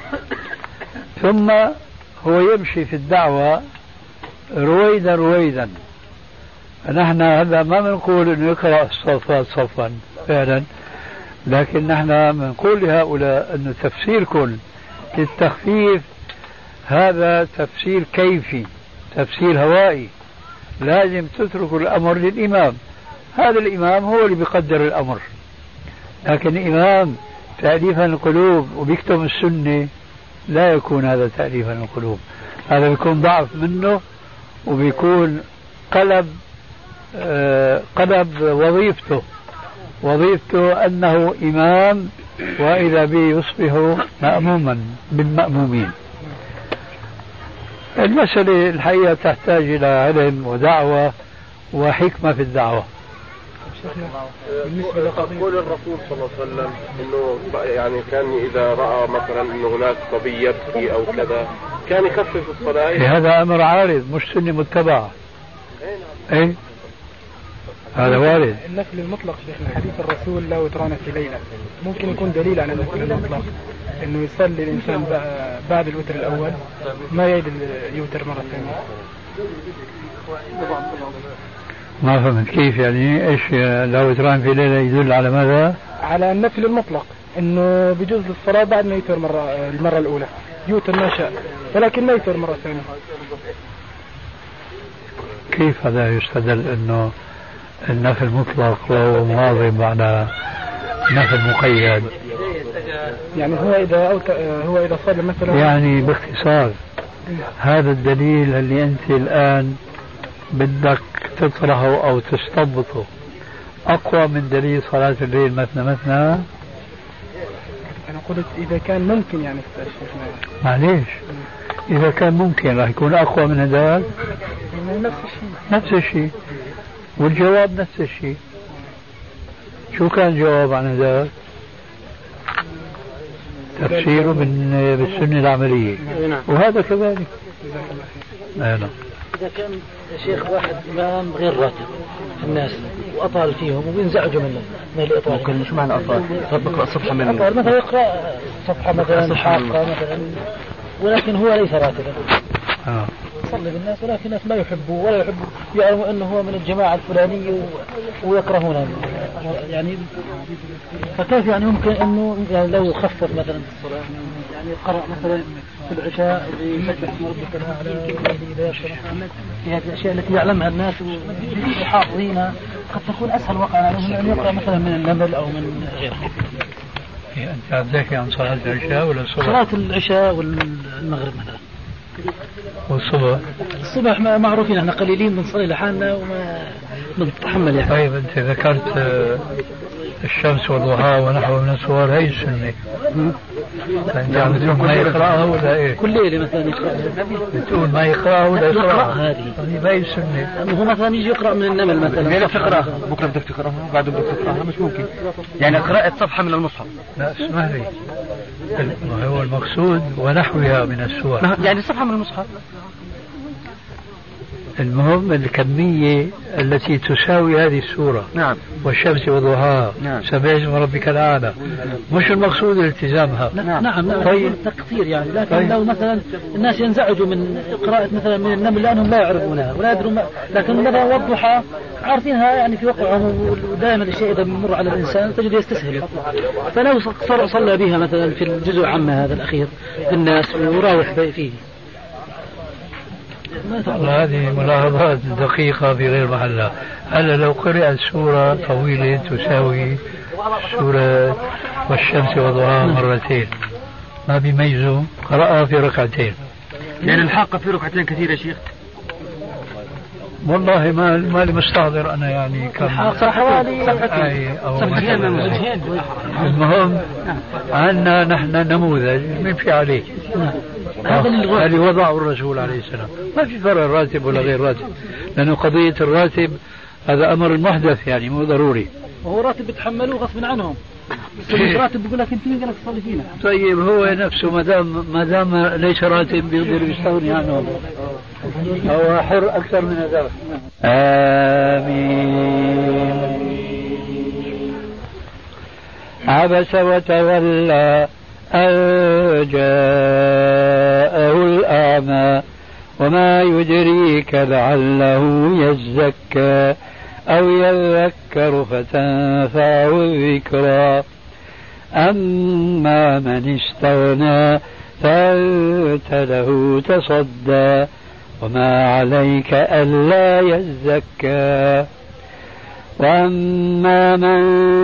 ثم هو يمشي في الدعوة رويدا رويدا. نحن هذا ما بنقول انه يقرأ الصفات صفا فعلا، لكن نحن بنقول لهؤلاء انه تفسيركم للتخفيف هذا تفسير كيفي، تفسير هوائي، لازم تتركوا الامر للامام. هذا الامام هو اللي بيقدر الامر، لكن الامام تأليفا القلوب وبيكتم السنة لا يكون هذا تأليفا القلوب، هذا بيكون ضعف منه وبيكون قلب وظيفته أنه إمام، وإذا به يصبح مأموما بالمأمومين. المسألة الحقيقة تحتاج إلى علم ودعوة وحكمة في الدعوة. بالنسبة لقول الرسول صلى الله عليه وسلم انه يعني كان اذا راى مثلا انه هناك صبي يبكي او كذا كان يخفف الصلاه. هذا امر عارض مش سنه متبعه. اي هذا وارد. النفل المطلق شيخنا حديث الرسول لا وتران في ليله ممكن يكون دليل على النفل المطلق، انه يصلي الانسان بعد الوتر الاول ما يعيد اليوتر مره ثانيه. ما فهمت كيف يعني ايش لا وتران في ليله يدل على ماذا؟ على النفل المطلق، انه بيجوز للصلاه بعد ما يوتر المره الاولى يوتر ما شاء، ولكن ما يوتر مره ثانيه. كيف هذا يستدل انه النفل مطلق وهو مواظب على نفل مقيد؟ يعني هو اذا صلى مثلا، يعني باختصار هذا الدليل اللي انت الان بدك تطرحه او تستنبطه اقوى من دليل صلاة الليل مثنى مثنى. انا قلت اذا كان ممكن يعني معليش اذا كان ممكن راح يكون اقوى من هذا. نفس الشيء والجواب نفس الشيء. شو كان جواب عن هذا؟ تفسيره بالسنة العملية، وهذا كذلك. نعم. إذا كان شيخ واحد إمام غير راتب الناس وأطال فيهم وبينزعجوا منه من الإطالة، ممكن مش معنى أطال يقرأ صفحة من مثلا يقرأ صفحة مثلا حاقة مثلا، ولكن هو ليس راتبا يصلي بالناس، ولكن الناس ما يحبوا ولا يحبوا، يعلموا أنه هو من الجماعة الفلانية ويكرهونه يعني. فكيف يعني ممكن أنه يعني لو خفف مثلا الصلاة يعني قرأ مثلا في العشاء بسبح اسم ربك الأعلى إذا يشرح في هذه الأشياء التي يعلمها الناس وحافظينها، قد تكون أسهل وقعا عليهم أن يقرأ مثلا من النمل أو من غيره. أنت عندك عن صلاة العشاء ولا الصبح؟ صلاة العشاء والمغرب مثلا. والصبح معروفين احنا قليلين بنصلي لحالنا وما بنتحمل يعني. طيب انت ذكرت الشمس وضحاها ونحو من الصور، هي السنة. انت عم تقول ما يقرأها ولا ايه؟ كل ليلة مثلا يقرأها. بتقول ما يقرأها ولا يقرأها؟ هذه ما هي السنة. هو مثلا يجي يقرأ من النمل مثلا. ليلة تقرأها بكرة بدك تقرأها بعده بدك تقرأها، مش ممكن يعني قراءة صفحة من المصحف. لا اسمح لي، هو المقصود ونحوها من السور يعني صفحة من المصحف. المهم الكمية التي تساوي هذه السورة. نعم. والشمس وضحاها. نعم. سبح اسم ربك الأعلى. مش المقصود التزامها. نعم. طيب. تقصير يعني، لكن طيب. لو مثلا الناس ينزعجوا من قراءة مثلا من النمل لأنهم لا يعرفونها ولا يدرون لكن مثلا والضحى عارفينها يعني في وقعهم، ودائما الشيء إذا بمر على الإنسان تجد يستسهل، فلو صلى بها مثلا في الجزء عامة هذا الأخير بالناس وراوح فيه هذه ملاحظات دقيقة في غير محلها. هلا لو قرأت سورة طويلة تساوي سورة والشمس وضحاها مرتين ما بيميزوا، قرأها في ركعتين. يعني الحاقة في ركعتين كثير يا شيخ؟ والله ما لي مستحضر أنا يعني كم حوالي أو المهم عنا نحن نموذج نمشي عليه. هذه وضعه الرسول عليه السلام، ما في فرق راتب ولا غير راتب، لأنه قضية الراتب هذا أمر محدث يعني مو ضروري. وهو راتب بتحملوه غصب عنهم، بس مش راتب بيقول لك انت مين قال لك تصلي فينا. طيب هو نفسه ما دام ليس راتب بيقدر يستغني عنه، هو حر أكثر من هذا. آمين. عبس وتولى أن جاءه الأعمى وما يدريك لعله يزكى أو يذكر فتنفعه الذكرى أما من استغنى فأنت له تصدى وما عليك ألا يزكى وأما من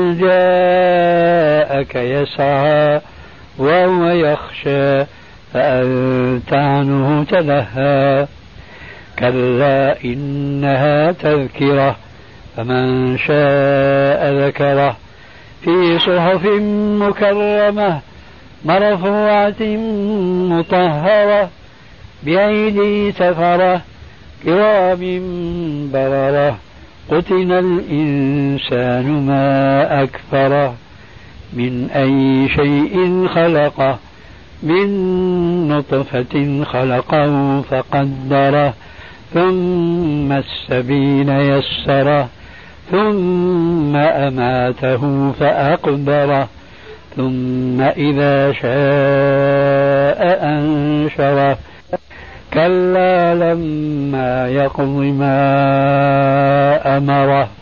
جاءك يسعى وهو يخشى فأنت عنه تلهى كلا إنها تذكرة فمن شاء ذكره في صحف مكرمة مرفوعة مطهرة بأيدي سفرة كرام بررة قتل الإنسان ما أكفره من أي شيء خلقه من نطفة خلقه فقدره ثم السبيل يسره ثم أماته فأقبره ثم إذا شاء أنشره كلا لما يقض ما أمره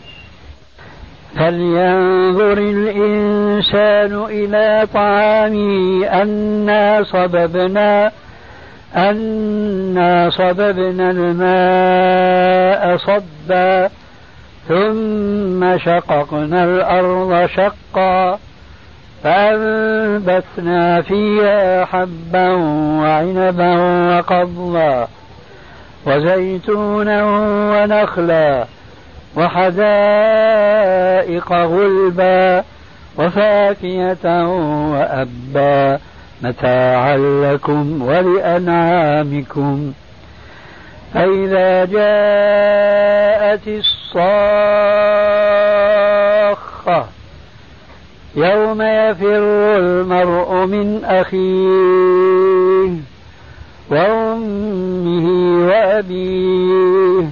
فلينظر الإنسان إلى طعامه أنا صببنا الماء صبا ثم شققنا الأرض شقا فأنبتنا فيها حبا وعنبا وقضبا وزيتونا ونخلا وحدائق غلبا وفاكهة وأبا متاعا لكم ولأنعامكم فإذا جاءت الصاخة يوم يفر المرء من أخيه وأمه وأبيه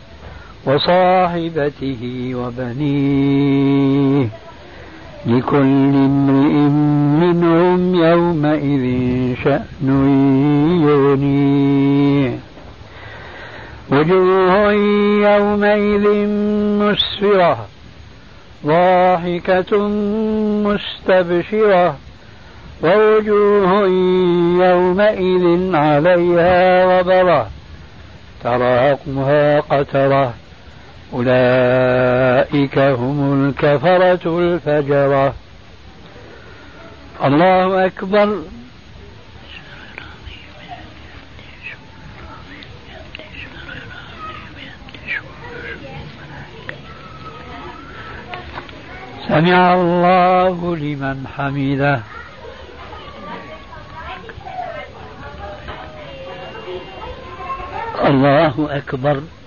وصاحبته وبنيه لكل امرئ منهم يومئذ شأن يغنيه وجوه يومئذ مسفرة ضاحكة مستبشرة ووجوه يومئذ عليها غبرة ترهقها قترة أولئك هم الكفرة الفجرة. الله أكبر. سمع الله لمن حمده. الله أكبر.